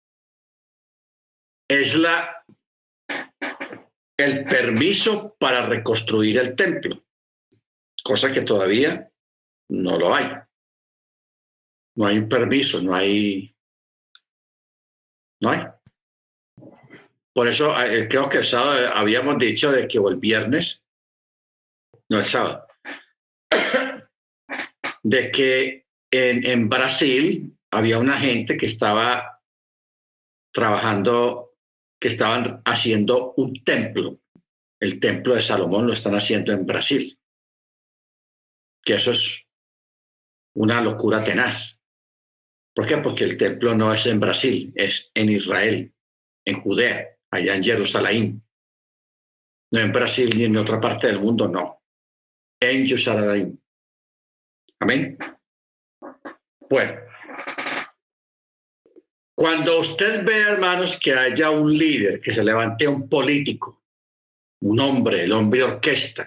es el permiso para reconstruir el templo, cosa que todavía no lo hay. No hay un permiso, no hay. Por eso creo que el sábado habíamos dicho de que, o el viernes, no el sábado, de que en Brasil había una gente que estaba trabajando, que estaban haciendo un templo. El templo de Salomón lo están haciendo en Brasil. Que eso es una locura tenaz. ¿Por qué? Porque el templo no es en Brasil, es en Israel, en Judea, allá en Jerusalén. No en Brasil ni en otra parte del mundo, no. En Jerusalén. Amén. Bueno, cuando usted ve, hermanos, que haya un líder, que se levante un político, un hombre, el hombre orquesta,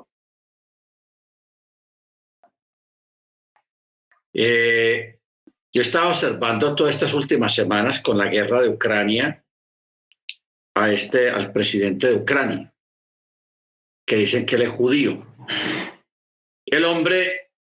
yo estaba observando todas estas últimas semanas con la guerra de Ucrania al presidente de Ucrania, que dicen que él es judío. El hombre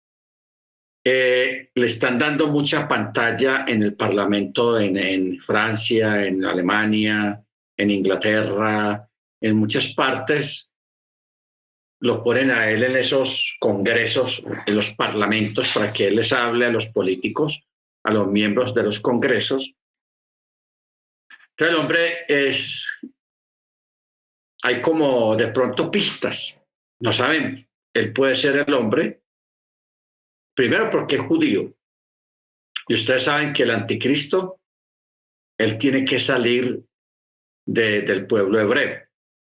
le están dando mucha pantalla en el Parlamento en Francia, en Alemania, en Inglaterra, en muchas partes. Lo ponen a él en esos congresos, en los parlamentos, para que él les hable a los políticos, a los miembros de los congresos. Entonces el hombre hay como de pronto pistas, no sabemos. Él puede ser el hombre, primero porque es judío, y ustedes saben que el anticristo, él tiene que salir del pueblo hebreo,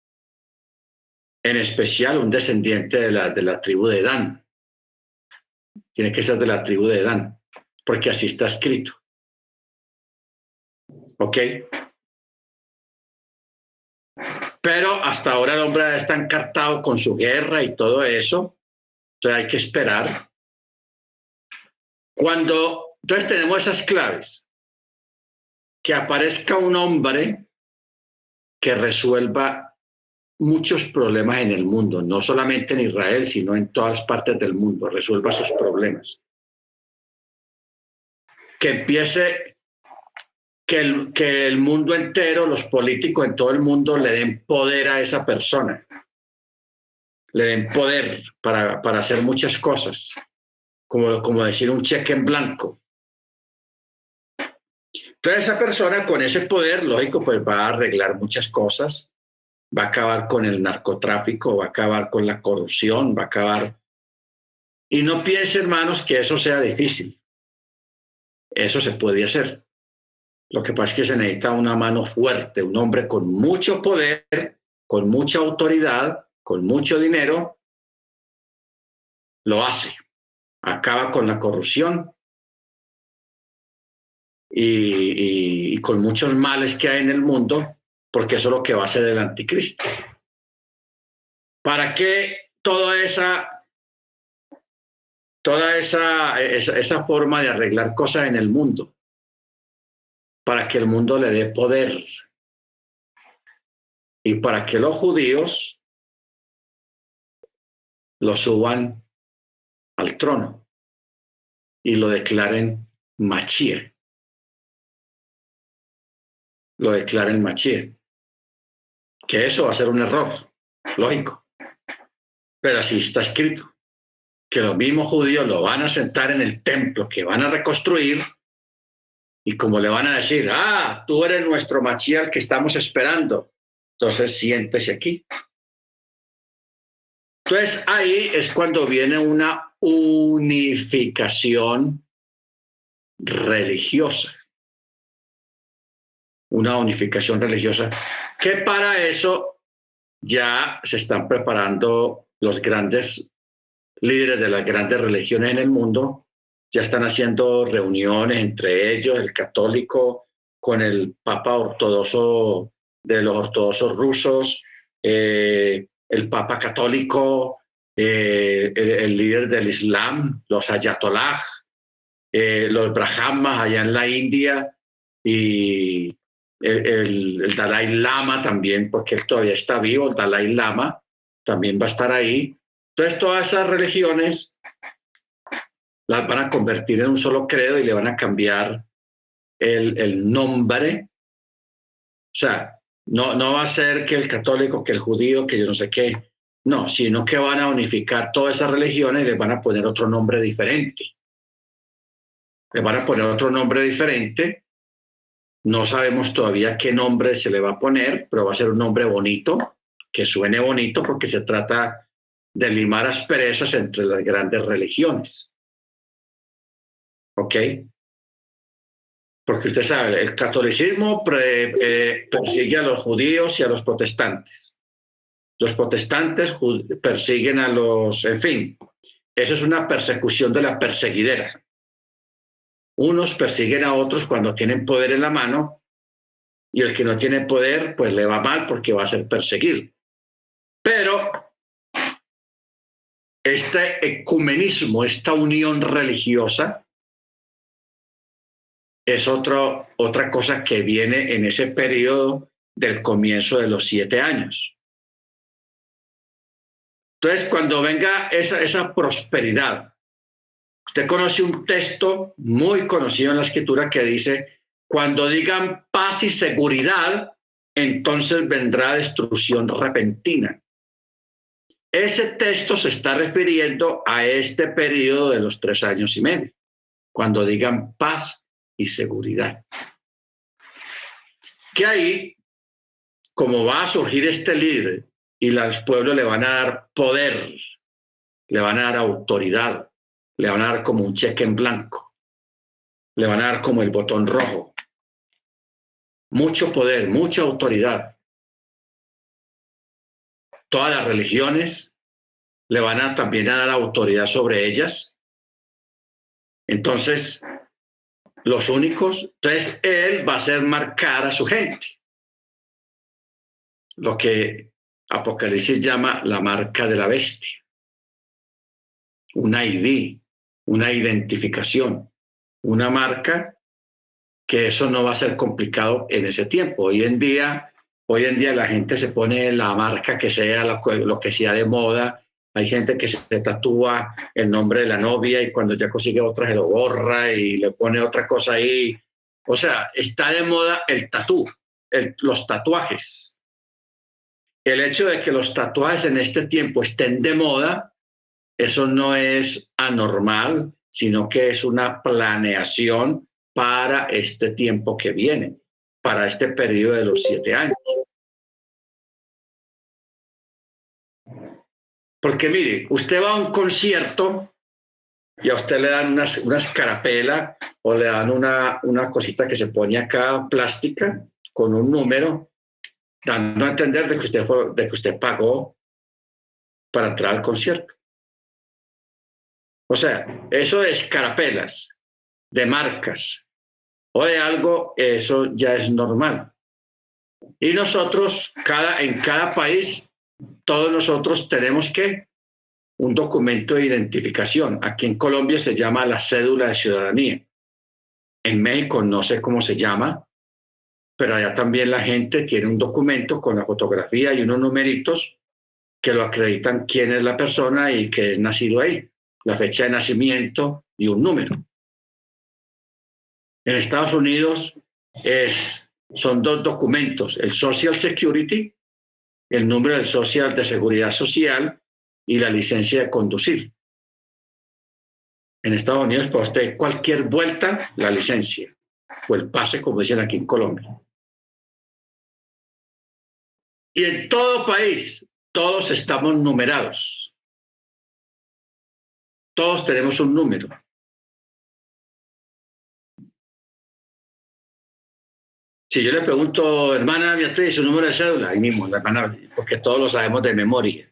en especial un descendiente de la tribu de Dan. Tiene que ser de la tribu de Dan, porque así está escrito. ¿Ok? Pero hasta ahora el hombre está encartado con su guerra y todo eso, entonces hay que esperar. Entonces tenemos esas claves, que aparezca un hombre que resuelva muchos problemas en el mundo, no solamente en Israel, sino en todas partes del mundo, resuelva sus problemas. Que empiece, que el mundo entero, los políticos en todo el mundo le den poder a esa persona, le den poder para hacer muchas cosas, como decir un cheque en blanco. Entonces esa persona con ese poder, lógico, pues va a arreglar muchas cosas, va a acabar con el narcotráfico, va a acabar con la corrupción, va a acabar. Y no piense, hermanos, que eso sea difícil. Eso se puede hacer. Lo que pasa es que se necesita una mano fuerte, un hombre con mucho poder, con mucha autoridad, con mucho dinero, lo hace. Acaba con la corrupción, y con muchos males que hay en el mundo, porque eso es lo que va a ser el anticristo. ¿Para qué toda esa forma de arreglar cosas en el mundo? Para que el mundo le dé poder y para que los judíos lo suban al trono y lo declaren Mashiach. Lo declaren Mashiach. Que eso va a ser un error, lógico. Pero así está escrito, que los mismos judíos lo van a sentar en el templo que van a reconstruir y como le van a decir, tú eres nuestro Mashiach que estamos esperando, entonces siéntese aquí. Entonces ahí es cuando viene una unificación religiosa. Una unificación religiosa, que para eso ya se están preparando los grandes líderes de las grandes religiones en el mundo, ya están haciendo reuniones entre ellos, el católico con el Papa ortodoxo de los ortodoxos rusos, el Papa católico, el líder del Islam, los ayatollah, los brahmanas allá en la India y el Dalai Lama también, porque él todavía está vivo, el Dalai Lama también va a estar ahí. Entonces todas esas religiones las van a convertir en un solo credo y le van a cambiar el nombre. O sea, no va a ser que el católico, que el judío, que yo no sé qué. No, sino que van a unificar todas esas religiones y les van a poner otro nombre diferente. Les van a poner otro nombre diferente. No sabemos todavía qué nombre se le va a poner, pero va a ser un nombre bonito, que suene bonito porque se trata de limar asperezas entre las grandes religiones. ¿Ok? Porque usted sabe, el catolicismo persigue a los judíos y a los protestantes. Los protestantes persiguen a los, en fin, eso es una persecución de la perseguidera. Unos persiguen a otros cuando tienen poder en la mano y el que no tiene poder, pues le va mal porque va a ser perseguido. Pero este ecumenismo, esta unión religiosa, es otra cosa que viene en ese periodo del comienzo de los 7 años. Entonces, cuando venga esa prosperidad, usted conoce un texto muy conocido en la escritura que dice, cuando digan paz y seguridad, entonces vendrá destrucción repentina. Ese texto se está refiriendo a este periodo de los 3 años y medio, cuando digan paz y seguridad. Que ahí, como va a surgir este líder y los pueblos le van a dar poder, le van a dar autoridad, le van a dar como un cheque en blanco, le van a dar como el botón rojo. Mucho poder, mucha autoridad. Todas las religiones le van a también a dar autoridad sobre ellas. Entonces, los únicos, entonces él va a hacer marcar a su gente. Lo que Apocalipsis llama la marca de la bestia. Un ID, una identificación, una marca que eso no va a ser complicado en ese tiempo. Hoy en día la gente se pone la marca que sea, lo que sea de moda. Hay gente que se tatúa el nombre de la novia y cuando ya consigue otra se lo borra y le pone otra cosa ahí. O sea, está de moda el tatú, los tatuajes. El hecho de que los tatuajes en este tiempo estén de moda, eso no es anormal, sino que es una planeación para este tiempo que viene, para este periodo de los 7 años. Porque mire, usted va a un concierto y a usted le dan una escarapela o le dan una cosita que se pone acá plástica con un número, dando a entender de que usted pagó para entrar al concierto. O sea, eso de escarapelas, de marcas, o de algo, eso ya es normal. Y nosotros, en cada país, todos nosotros tenemos que un documento de identificación. Aquí en Colombia se llama la cédula de ciudadanía. En México no sé cómo se llama, pero allá también la gente tiene un documento con la fotografía y unos numeritos que lo acreditan quién es la persona y que es nacido ahí, la fecha de nacimiento y un número. En Estados Unidos son dos documentos, el Social Security, el número del Social de Seguridad Social y la licencia de conducir. En Estados Unidos, para usted cualquier vuelta, la licencia o el pase, como dicen aquí en Colombia. Y en todo país, todos estamos numerados. Todos tenemos un número. Si yo le pregunto, hermana Beatriz, su número de cédula, ahí mismo, la hermana, porque todos lo sabemos de memoria.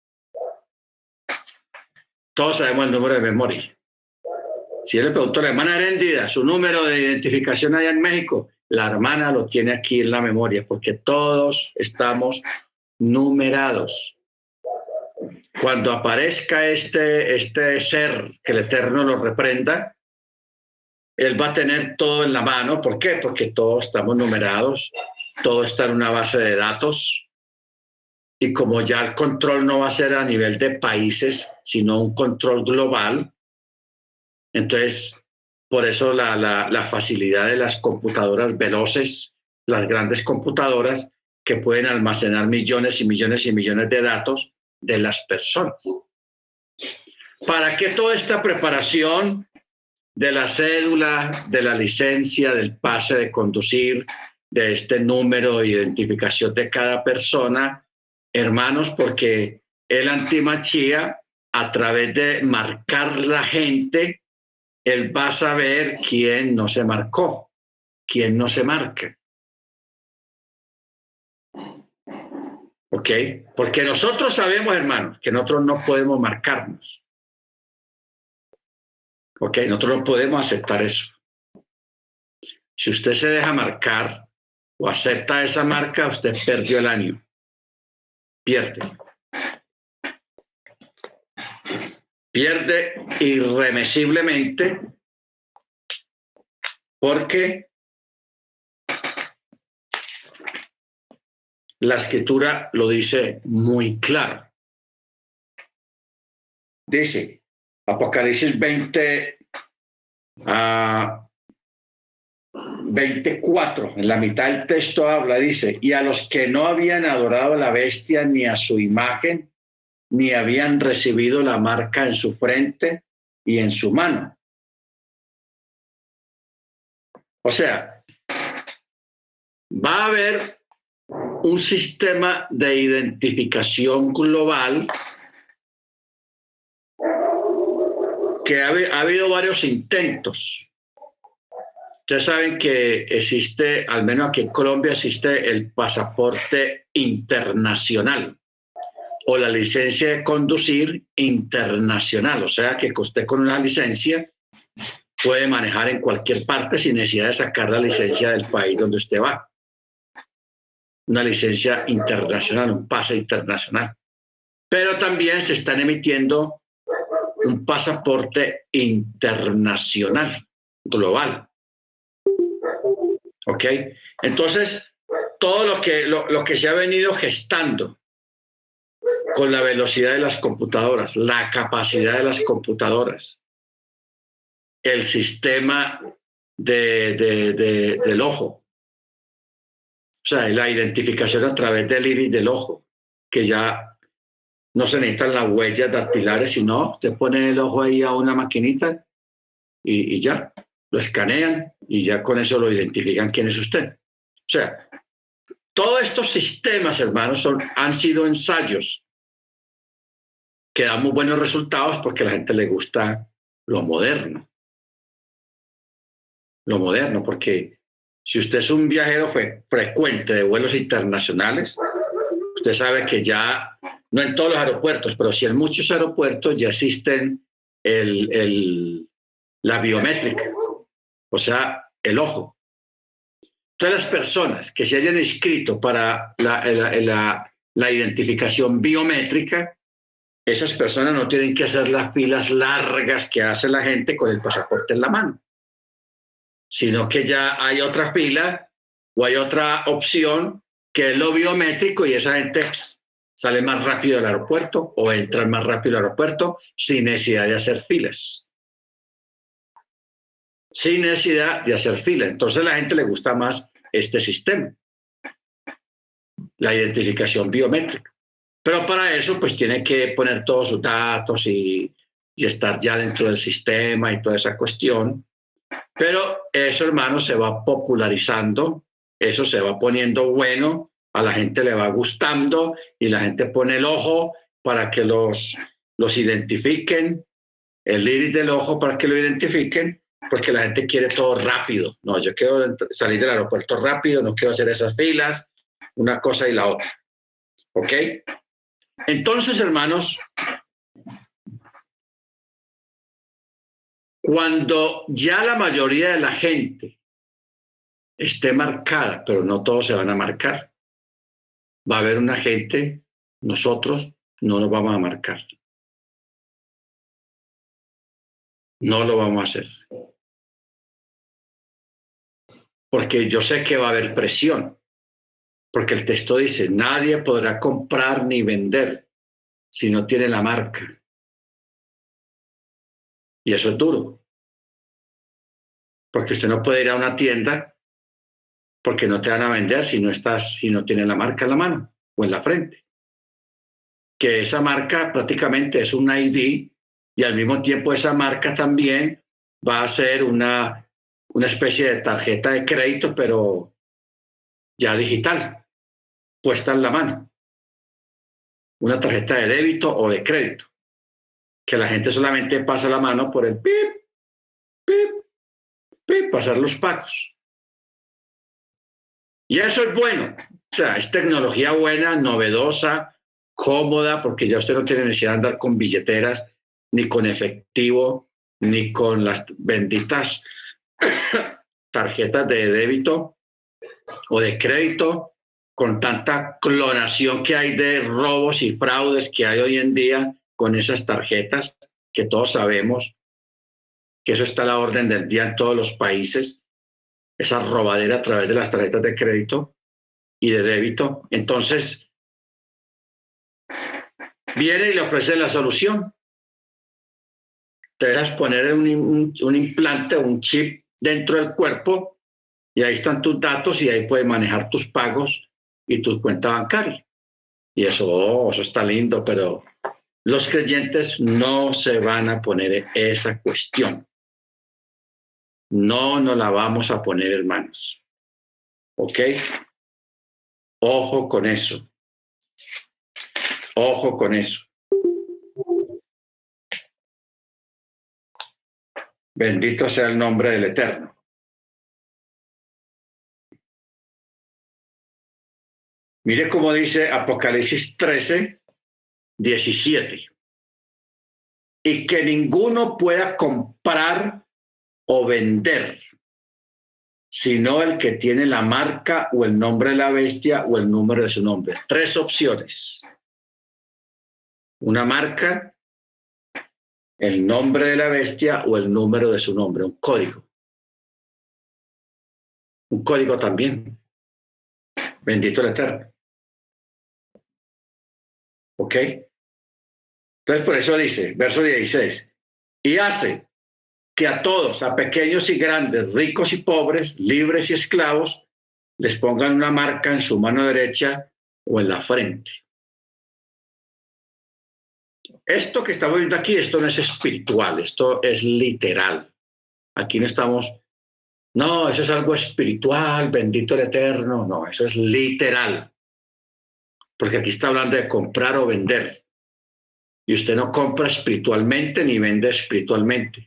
Todos sabemos el número de memoria. Si yo le pregunto a la hermana Heréndida, su número de identificación allá en México, la hermana lo tiene aquí en la memoria, porque todos estamos numerados. Cuando aparezca este ser, que el Eterno lo reprenda, él va a tener todo en la mano. ¿Por qué? Porque todos estamos numerados, todo está en una base de datos. Y como ya el control no va a ser a nivel de países, sino un control global, entonces, por eso la facilidad de las computadoras veloces, las grandes computadoras que pueden almacenar millones y millones y millones de datos de las personas. ¿Para qué toda esta preparación de la cédula, de la licencia, del pase de conducir, de este número de identificación de cada persona? Hermanos, porque el antimachía, a través de marcar la gente, él va a saber quién no se marcó, quién no se marca. ¿Ok? Porque nosotros sabemos, hermanos, que nosotros no podemos marcarnos. ¿Ok? Nosotros no podemos aceptar eso. Si usted se deja marcar o acepta esa marca, usted perdió el año. Pierde. Pierde irremisiblemente porque la escritura lo dice muy claro. Dice, Apocalipsis 24, en la mitad del texto habla, dice, y a los que no habían adorado a la bestia ni a su imagen, ni habían recibido la marca en su frente y en su mano. O sea, va a haber un sistema de identificación global que ha habido varios intentos. Ustedes saben que existe, al menos aquí en Colombia, existe el pasaporte internacional o la licencia de conducir internacional. O sea, que usted con una licencia puede manejar en cualquier parte sin necesidad de sacar la licencia del país donde usted va. Una licencia internacional, un pase internacional. Pero también se están emitiendo un pasaporte internacional, global. ¿Ok? Entonces, todo lo que se ha venido gestando con la velocidad de las computadoras, la capacidad de las computadoras, el sistema del ojo, o sea, la identificación a través del iris del ojo, que ya no se necesitan las huellas dactilares, sino usted pone el ojo ahí a una maquinita y ya, lo escanean y ya con eso lo identifican quién es usted. O sea, todos estos sistemas, hermanos, han sido ensayos que dan muy buenos resultados porque a la gente le gusta lo moderno. Lo moderno, porque si usted es un viajero frecuente de vuelos internacionales, usted sabe que ya, no en todos los aeropuertos, pero sí en muchos aeropuertos ya existen la biométrica, o sea, el ojo. Todas las personas que se hayan inscrito para la identificación biométrica, esas personas no tienen que hacer las filas largas que hace la gente con el pasaporte en la mano, sino que ya hay otra fila o hay otra opción que es lo biométrico y esa gente sale más rápido del aeropuerto o entra más rápido al aeropuerto sin necesidad de hacer filas. Sin necesidad de hacer fila. Entonces a la gente le gusta más este sistema, la identificación biométrica. Pero para eso pues tiene que poner todos sus datos y estar ya dentro del sistema y toda esa cuestión. Pero eso, hermano, se va popularizando, eso se va poniendo bueno, a la gente le va gustando y la gente pone el ojo para que los identifiquen, el iris del ojo para que lo identifiquen, porque la gente quiere todo rápido. No, yo quiero salir del aeropuerto rápido, no quiero hacer esas filas, una cosa y la otra. ¿Ok? Entonces, hermanos, cuando ya la mayoría de la gente esté marcada, pero no todos se van a marcar, va a haber una gente, nosotros no nos vamos a marcar. No lo vamos a hacer. Porque yo sé que va a haber presión. Porque el texto dice, nadie podrá comprar ni vender si no tiene la marca. Y eso es duro. Porque usted no puede ir a una tienda porque no te van a vender si no tiene la marca en la mano o en la frente. Que esa marca prácticamente es un ID y al mismo tiempo esa marca también va a ser una especie de tarjeta de crédito, pero ya digital, puesta en la mano. Una tarjeta de débito o de crédito, que la gente solamente pasa la mano por el pip, pip, pip, pasar los pagos. Y eso es bueno, o sea, es tecnología buena, novedosa, cómoda, porque ya usted no tiene necesidad de andar con billeteras, ni con efectivo, ni con las benditas tarjetas de débito o de crédito, con tanta clonación que hay de robos y fraudes que hay hoy en día con esas tarjetas, que todos sabemos que eso está a la orden del día en todos los países, esa robadera a través de las tarjetas de crédito y de débito. Entonces, viene y le ofrece la solución. Te dejas poner un implante, un chip dentro del cuerpo y ahí están tus datos y ahí puedes manejar tus pagos y tu cuenta bancaria. Y eso está lindo, pero los creyentes no se van a poner esa cuestión. No nos la vamos a poner, hermanos. ¿Ok? Ojo con eso. Ojo con eso. Bendito sea el nombre del Eterno. Mire cómo dice Apocalipsis 13, 17. Y que ninguno pueda comprar o vender, sino el que tiene la marca o el nombre de la bestia o el número de su nombre. 3 opciones. Una marca, el nombre de la bestia o el número de su nombre, un código. Un código también. Bendito el Eterno. ¿Ok? Entonces por eso dice, verso 16, y hace que a todos, a pequeños y grandes, ricos y pobres, libres y esclavos, les pongan una marca en su mano derecha o en la frente. Esto que estamos viendo aquí, esto no es espiritual, esto es literal. Aquí no estamos, no, eso es algo espiritual, bendito el Eterno, no, eso es literal. Porque aquí está hablando de comprar o vender. Y usted no compra espiritualmente ni vende espiritualmente.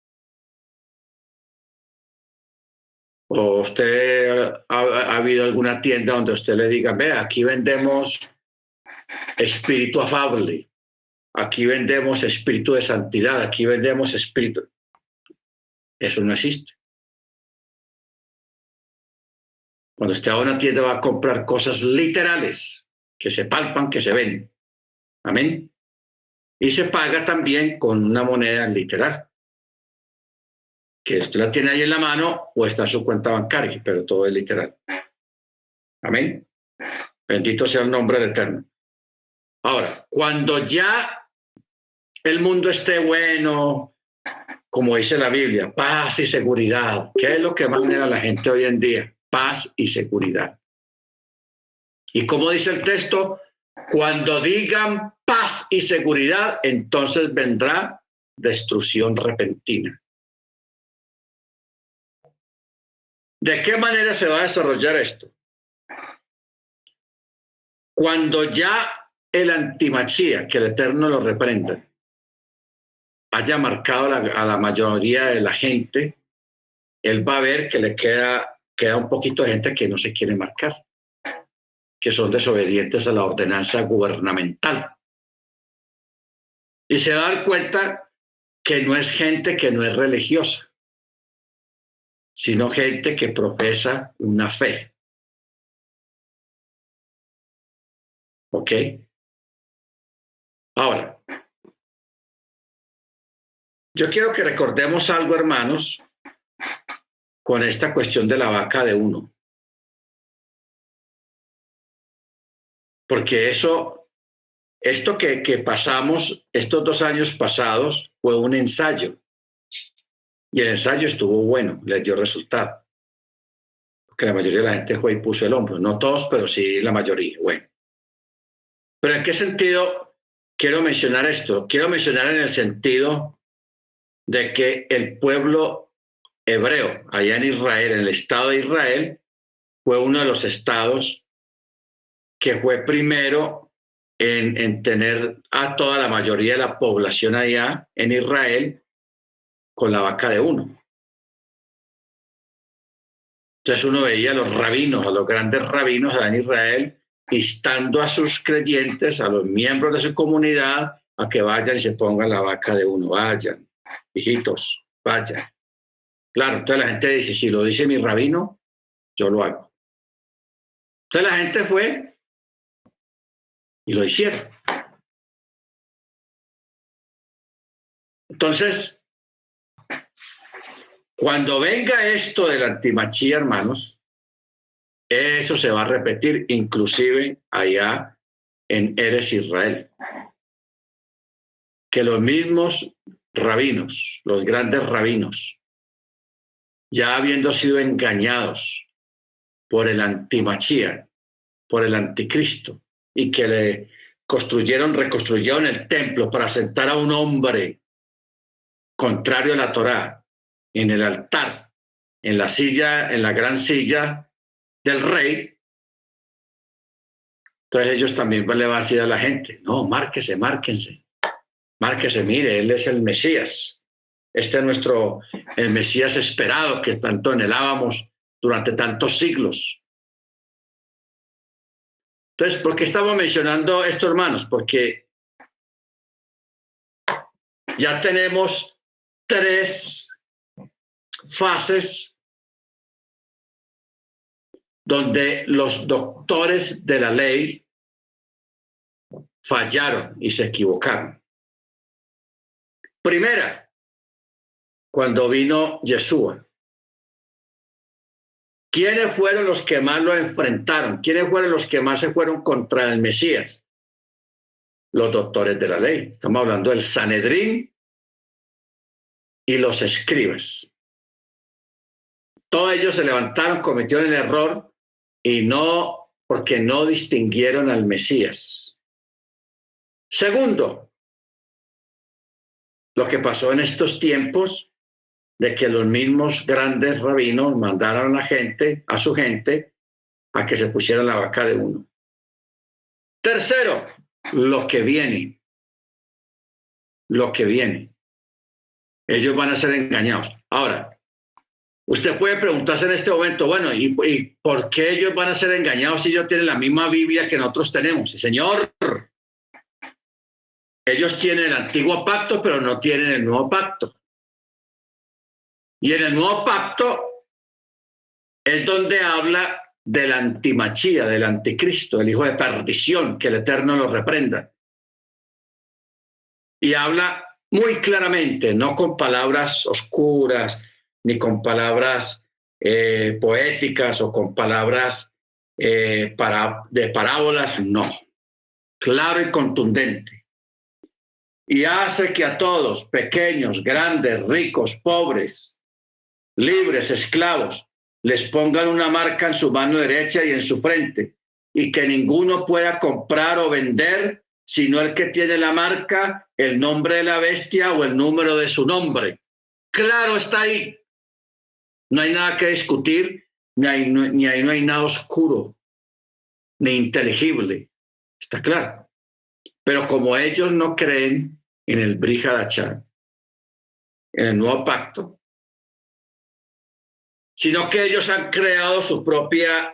O usted ha habido alguna tienda donde usted le diga, vea, aquí vendemos espíritu afable, aquí vendemos espíritu de santidad, aquí vendemos espíritu. Eso no existe. Cuando usted va a una tienda va a comprar cosas literales, que se palpan, que se ven. Amén. Y se paga también con una moneda literal, que usted la tiene ahí en la mano o está en su cuenta bancaria, pero todo es literal. Amén. Bendito sea el nombre del Eterno. Ahora, cuando ya el mundo esté bueno, como dice la Biblia, paz y seguridad. ¿Qué es lo que más genera la gente hoy en día? Paz y seguridad. Y como dice el texto, cuando digan paz y seguridad, entonces vendrá destrucción repentina. ¿De qué manera se va a desarrollar esto? Cuando ya el antimachía, que el Eterno lo reprenda, haya marcado a la mayoría de la gente, él va a ver que le queda un poquito de gente que no se quiere marcar, que son desobedientes a la ordenanza gubernamental. Y se va a dar cuenta que no es gente que no es religiosa, sino gente que profesa una fe. ¿Ok? Ahora, yo quiero que recordemos algo, hermanos, con esta cuestión de la vaca de uno. Porque esto que pasamos, estos 2 años pasados, fue un ensayo. Y el ensayo estuvo bueno, les dio resultado. Porque la mayoría de la gente fue y puso el hombro. No todos, pero sí la mayoría. Bueno. Pero ¿en qué sentido quiero mencionar esto? Quiero mencionar en el sentido de que el pueblo hebreo, allá en Israel, en el Estado de Israel, fue uno de los estados que fue primero en tener a toda la mayoría de la población allá en Israel con la vaca de uno. Entonces uno veía a los rabinos, a los grandes rabinos allá en Israel, instando a sus creyentes, a los miembros de su comunidad, a que vayan y se pongan la vaca de uno. Vayan, hijitos, vayan. Claro, entonces la gente dice, si lo dice mi rabino, yo lo hago. Entonces la gente fue y lo hicieron. Entonces, cuando venga esto del antimachía, hermanos, eso se va a repetir inclusive allá en Eres Israel. Que los mismos rabinos, los grandes rabinos, ya habiendo sido engañados por el antimachía, por el anticristo, y que le reconstruyeron el templo para sentar a un hombre contrario a la Torá en el altar, en la silla, en la gran silla del rey. Entonces ellos también le van a decir a la gente, no, márquese, mire, él es el Mesías. Este es el Mesías esperado que tanto anhelábamos durante tantos siglos. Entonces, ¿por qué estamos mencionando esto, hermanos? Porque ya tenemos 3 fases donde los doctores de la ley fallaron y se equivocaron. Primera, cuando vino Yeshua. ¿Quiénes fueron los que más lo enfrentaron? ¿Quiénes fueron los que más se fueron contra el Mesías? Los doctores de la ley. Estamos hablando del Sanedrín y los escribas. Todos ellos se levantaron, cometieron el error y no, porque no distinguieron al Mesías. Segundo, lo que pasó en estos tiempos de que los mismos grandes rabinos mandaron a su gente, a que se pusieran la vaca de uno. Tercero, lo que viene. Ellos van a ser engañados. Ahora, usted puede preguntarse en este momento, bueno, ¿y por qué ellos van a ser engañados si ellos tienen la misma Biblia que nosotros tenemos? Señor, ellos tienen el antiguo pacto, pero no tienen el nuevo pacto. Y en el nuevo pacto es donde habla del antimachía, del anticristo, del hijo de perdición, que el Eterno lo reprenda. Y habla muy claramente, no con palabras oscuras, ni con palabras poéticas o con palabras de parábolas, no. Claro y contundente. Y hace que a todos, pequeños, grandes, ricos, pobres, libres, esclavos, les pongan una marca en su mano derecha y en su frente, y que ninguno pueda comprar o vender, sino el que tiene la marca, el nombre de la bestia o el número de su nombre. Claro, está ahí. No hay nada que discutir, ni ahí no hay nada oscuro, ni inteligible. Está claro. Pero como ellos no creen en el Brit Hadashah, en el nuevo pacto, sino que ellos han creado su propia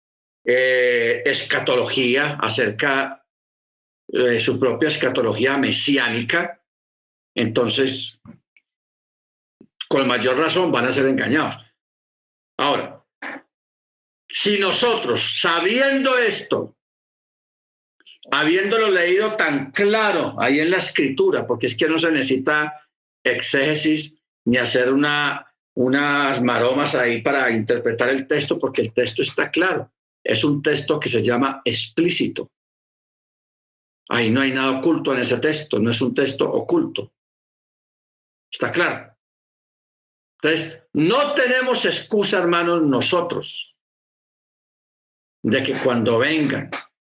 escatología acerca de su propia escatología mesiánica, entonces, con mayor razón, van a ser engañados. Ahora, si nosotros, sabiendo esto, habiéndolo leído tan claro ahí en la escritura, porque es que no se necesita exégesis ni hacer unas maromas ahí para interpretar el texto, porque el texto está claro. Es un texto que se llama explícito. Ahí no hay nada oculto en ese texto, no es un texto oculto. Está claro. Entonces, no tenemos excusa, hermanos, nosotros, de que cuando vengan,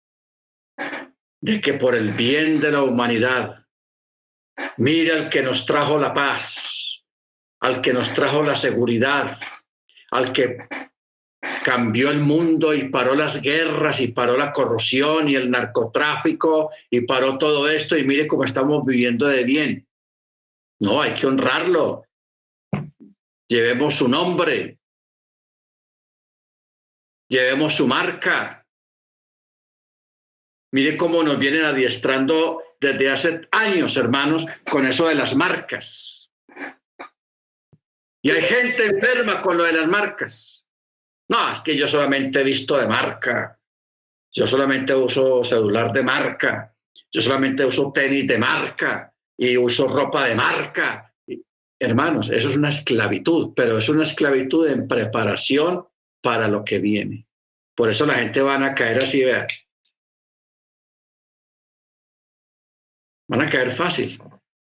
de que por el bien de la humanidad, mire al que nos trajo la paz, al que nos trajo la seguridad, al que cambió el mundo y paró las guerras y paró la corrupción y el narcotráfico y paró todo esto y mire cómo estamos viviendo de bien. No, hay que honrarlo. Llevemos su nombre, llevemos su marca. Mire cómo nos vienen adiestrando desde hace años, hermanos, con eso de las marcas. Y hay gente enferma con lo de las marcas. No, es que yo solamente he visto de marca. Yo solamente uso celular de marca. Yo solamente uso tenis de marca y uso ropa de marca. Hermanos, eso es una esclavitud, pero es una esclavitud en preparación para lo que viene. Por eso la gente van a caer así, vean. Van a caer fácil.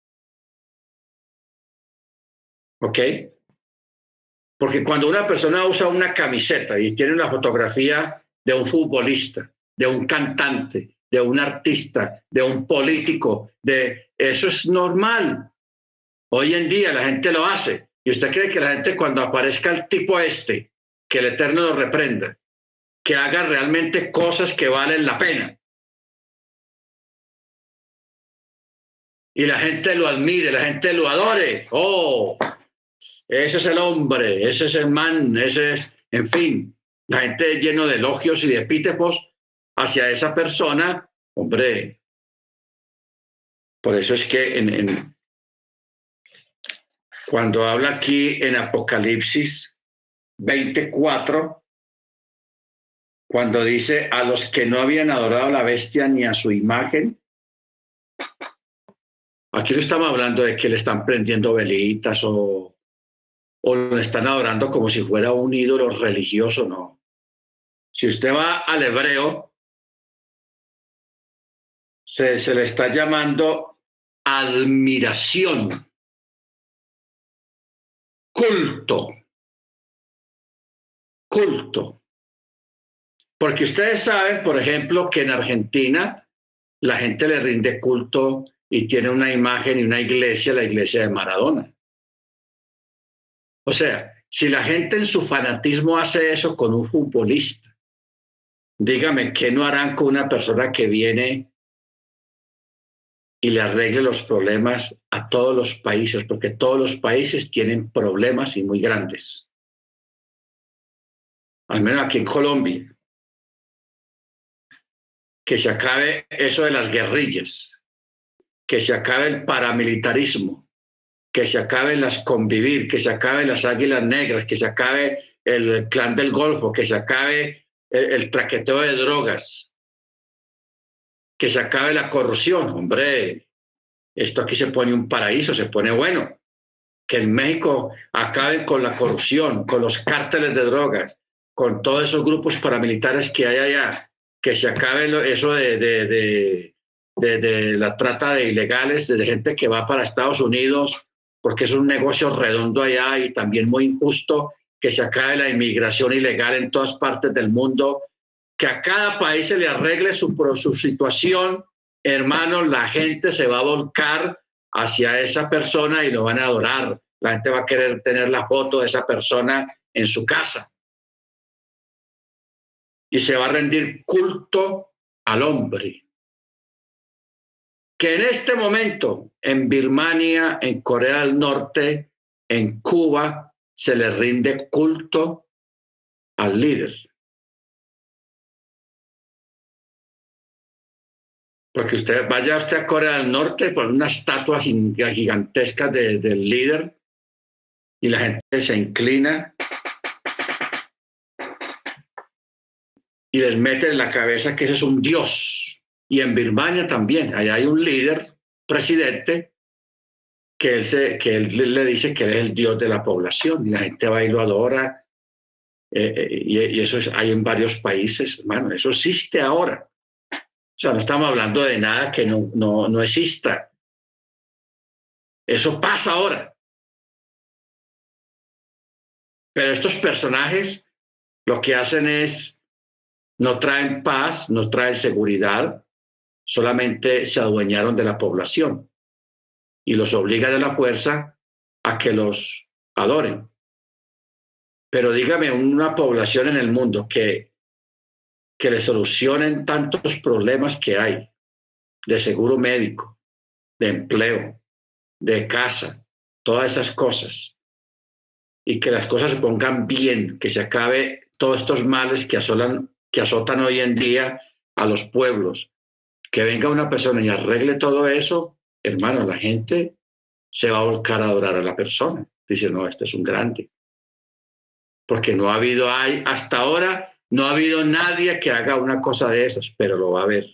¿Ok? Porque cuando una persona usa una camiseta y tiene una fotografía de un futbolista, de un cantante, de un artista, de un político, eso es normal. Hoy en día la gente lo hace. ¿Y usted cree que la gente cuando aparezca el tipo que el Eterno lo reprenda, que haga realmente cosas que valen la pena? Y la gente lo admire, la gente lo adore. ¡Oh! Ese es el hombre, ese es el man, ese es, en fin, la gente lleno de elogios y de epítetos hacia esa persona, hombre. Por eso es que cuando habla aquí en Apocalipsis 24, cuando dice a los que no habían adorado a la bestia ni a su imagen, aquí no estamos hablando de que le están prendiendo velitas o lo están adorando como si fuera un ídolo religioso, no. Si usted va al hebreo, se le está llamando admiración, culto. Porque ustedes saben, por ejemplo, que en Argentina la gente le rinde culto y tiene una imagen y una iglesia, la iglesia de Maradona. O sea, si la gente en su fanatismo hace eso con un futbolista, dígame, ¿qué no harán con una persona que viene y le arregle los problemas a todos los países? Porque todos los países tienen problemas y muy grandes. Al menos aquí en Colombia. Que se acabe eso de las guerrillas, que se acabe el paramilitarismo, que se acaben las convivir, que se acaben las águilas negras, que se acabe el clan del Golfo, que se acabe el traqueteo de drogas, que se acabe la corrupción. Hombre, esto aquí se pone un paraíso, se pone bueno. Que en México acaben con la corrupción, con los cárteles de drogas, con todos esos grupos paramilitares que hay allá, que se acabe eso de la trata de ilegales, de gente que va para Estados Unidos, porque es un negocio redondo allá y también muy injusto, que se acabe la inmigración ilegal en todas partes del mundo, que a cada país se le arregle su situación, hermanos, la gente se va a volcar hacia esa persona y lo van a adorar. La gente va a querer tener la foto de esa persona en su casa y se va a rendir culto al hombre. Que en este momento en Birmania, en Corea del Norte, en Cuba, se le rinde culto al líder. Porque vaya usted a Corea del Norte por una estatua gigantesca del líder y la gente se inclina y les mete en la cabeza que ese es un dios. Y en Birmania también, allá hay un líder, presidente, que él le dice que él es el dios de la población y la gente va y lo adora. Y eso hay en varios países, hermano, eso existe ahora. O sea, no estamos hablando de nada que no exista. Eso pasa ahora. Pero estos personajes lo que hacen es, no traen paz, no traen seguridad, solamente se adueñaron de la población y los obliga de la fuerza a que los adoren. Pero dígame una población en el mundo que le solucionen tantos problemas que hay de seguro médico, de empleo, de casa, todas esas cosas, y que las cosas se pongan bien, que se acabe todos estos males que azotan hoy en día a los pueblos, que venga una persona y arregle todo eso, hermano, la gente se va a volcar a adorar a la persona. Dice, no, este es un grande. Porque no ha habido, hasta ahora, no ha habido nadie que haga una cosa de esas, pero lo va a haber.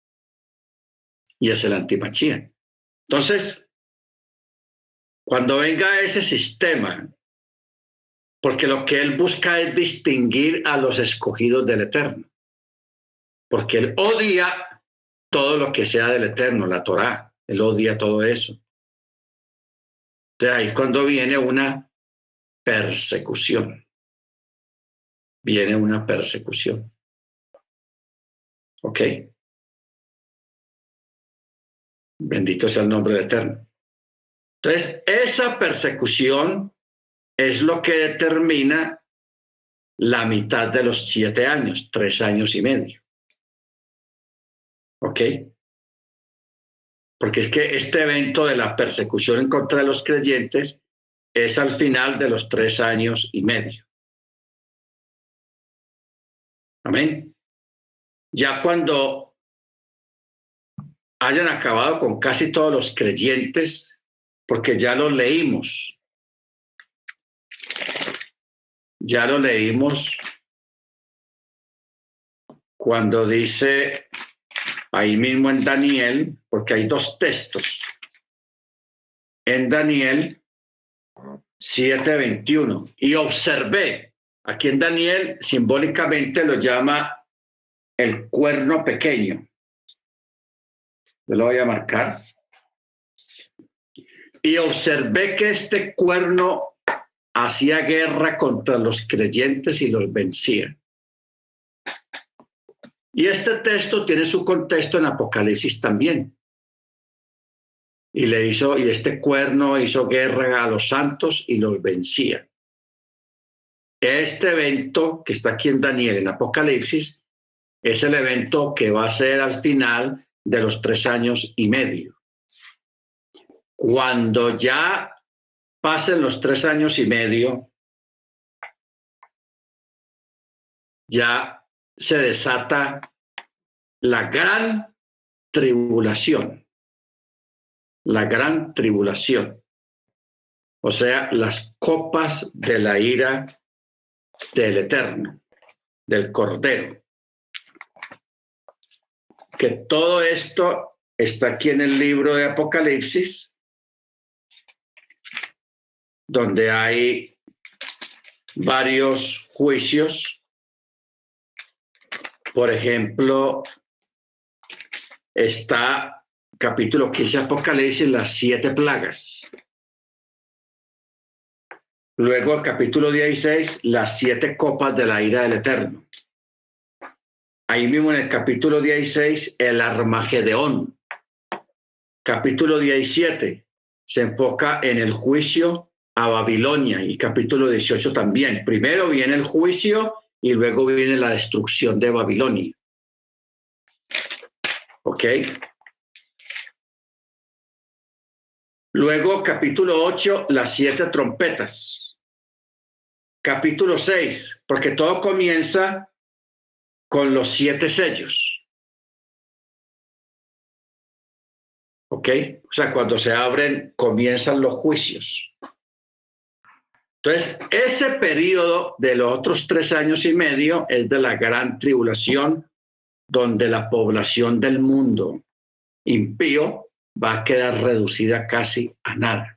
Y es el antimachía. Entonces, cuando venga ese sistema, porque lo que él busca es distinguir a los escogidos del Eterno, porque él odia todo lo que sea del Eterno, la Torá, él odia todo eso. De ahí cuando viene una persecución, viene una persecución. ¿Ok? Bendito sea el nombre del Eterno. Entonces, esa persecución es lo que determina la mitad de los 7 años, 3 años y medio. ¿Ok? Porque es que este evento de la persecución en contra de los creyentes es al final de los 3 años y medio. Amén. Ya cuando hayan acabado con casi todos los creyentes, porque ya lo leímos cuando dice ahí mismo en Daniel, porque hay 2 textos, en Daniel 7:21, y observé, aquí en Daniel simbólicamente lo llama el cuerno pequeño. Yo lo voy a marcar. Y observé que este cuerno hacía guerra contra los creyentes y los vencía. Y este texto tiene su contexto en Apocalipsis también. Y este cuerno hizo guerra a los santos y los vencía. Este evento que está aquí en Daniel, en Apocalipsis, es el evento que va a ser al final de los 3 años y medio. Cuando ya pasen los 3 años y medio, ya se desata la gran tribulación. La gran tribulación. O sea, las copas de la ira del Eterno. del Cordero. Que todo esto está aquí en el libro de Apocalipsis, donde hay varios juicios. Por ejemplo, está capítulo 15 de Apocalipsis, las 7 plagas. Luego, capítulo 16, las 7 copas de la ira del Eterno. Ahí mismo en el capítulo 16, el Armagedón. Capítulo 17 se enfoca en el juicio a Babilonia, y capítulo 18 también. Primero viene el juicio y luego viene la destrucción de Babilonia. ¿Ok? Luego, capítulo 8, las 7 trompetas. Capítulo 6, porque todo comienza con los 7 sellos. ¿Ok? O sea, cuando se abren, comienzan los juicios. Entonces, ese periodo de los otros 3 años y medio es de la gran tribulación, donde la población del mundo impío va a quedar reducida casi a nada.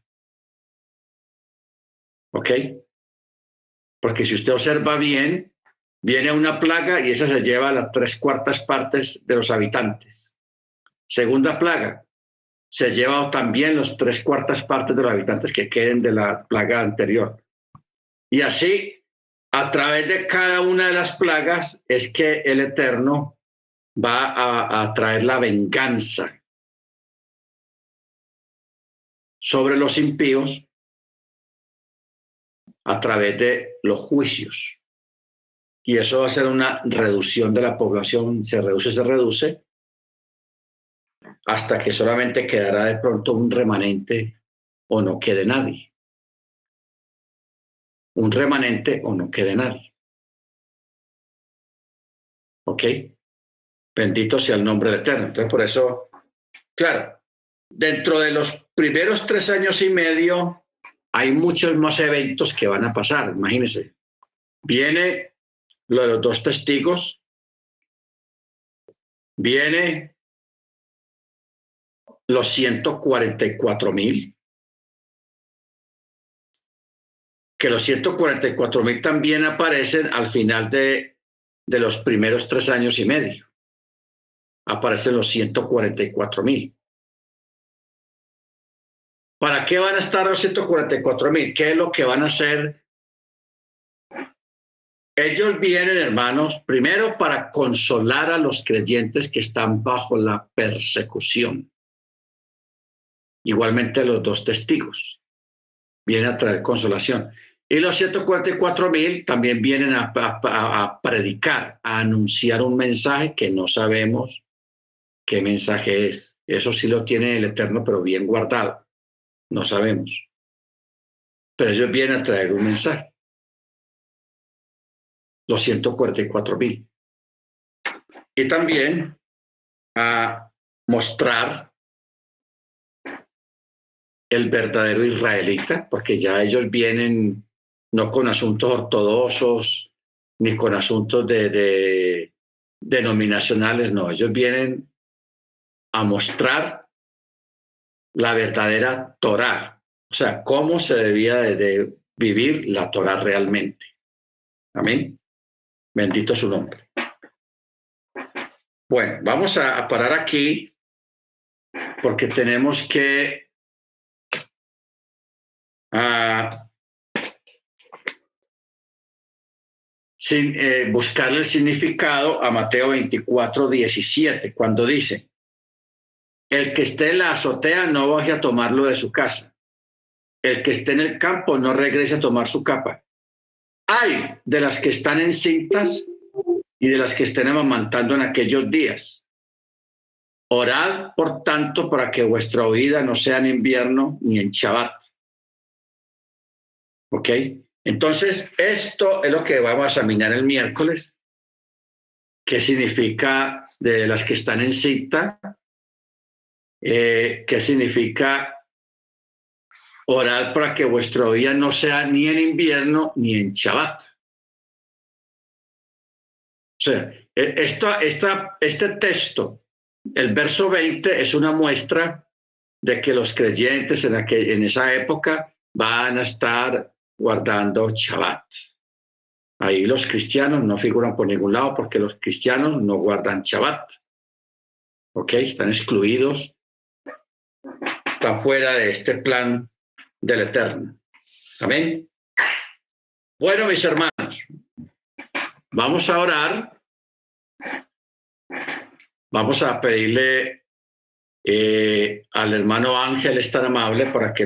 ¿Ok? Porque si usted observa bien, viene una plaga y esa se lleva a las 3/4 partes de los habitantes. Segunda plaga, se lleva también las 3/4 partes de los habitantes que queden de la plaga anterior. Y así, a través de cada una de las plagas, es que el Eterno va a traer la venganza sobre los impíos a través de los juicios. Y eso va a ser una reducción de la población, se reduce, hasta que solamente quedará de pronto un remanente o no quede nadie. Un remanente o no quede nadie. ¿Ok? Bendito sea el nombre del Eterno. Entonces, por eso, claro, dentro de los primeros 3 años y medio hay muchos más eventos que van a pasar. Imagínense. Viene lo de los 2 testigos, viene los 144,000, que los 144,000 también aparecen al final de los primeros 3 años y medio. Aparecen los 144,000. ¿Para qué van a estar los 144,000? ¿Qué es lo que van a hacer? Ellos vienen, hermanos, primero para consolar a los creyentes que están bajo la persecución. Igualmente los 2 testigos vienen a traer consolación. Y los 144,000 también vienen a predicar, a anunciar un mensaje que no sabemos qué mensaje es. Eso sí lo tiene el Eterno, pero bien guardado. No sabemos. Pero ellos vienen a traer un mensaje. Los 144,000. Y también a mostrar el verdadero israelita, porque ya ellos vienen no con asuntos ortodoxos ni con asuntos de denominacionales, no, ellos vienen a mostrar la verdadera Torá, o sea, cómo se debía de vivir la Torá realmente. Amén. Bendito su nombre. Bueno, vamos a parar aquí porque tenemos que buscarle el significado a Mateo 24:17, cuando dice: el que esté en la azotea no baje a tomarlo de su casa. El que esté en el campo no regrese a tomar su capa. Ay de las que están encintas y de las que estén amamantando en aquellos días. Orad, por tanto, para que vuestra huida no sea en invierno ni en Shabbat. ¿Ok? Entonces, esto es lo que vamos a examinar el miércoles. ¿Qué significa de las que están en cinta? ¿Qué significa orad para que vuestro día no sea ni en invierno ni en Shabbat? sea, este texto, el verso 20, es una muestra de que los creyentes en esa época van a estar guardando Shabbat. Ahí los cristianos no figuran por ningún lado porque los cristianos no guardan Shabbat. ¿Ok? Están excluidos, están fuera de este plan del Eterno. Amén. Bueno, mis hermanos, vamos a orar. Vamos a pedirle al hermano Ángel, es tan amable, para que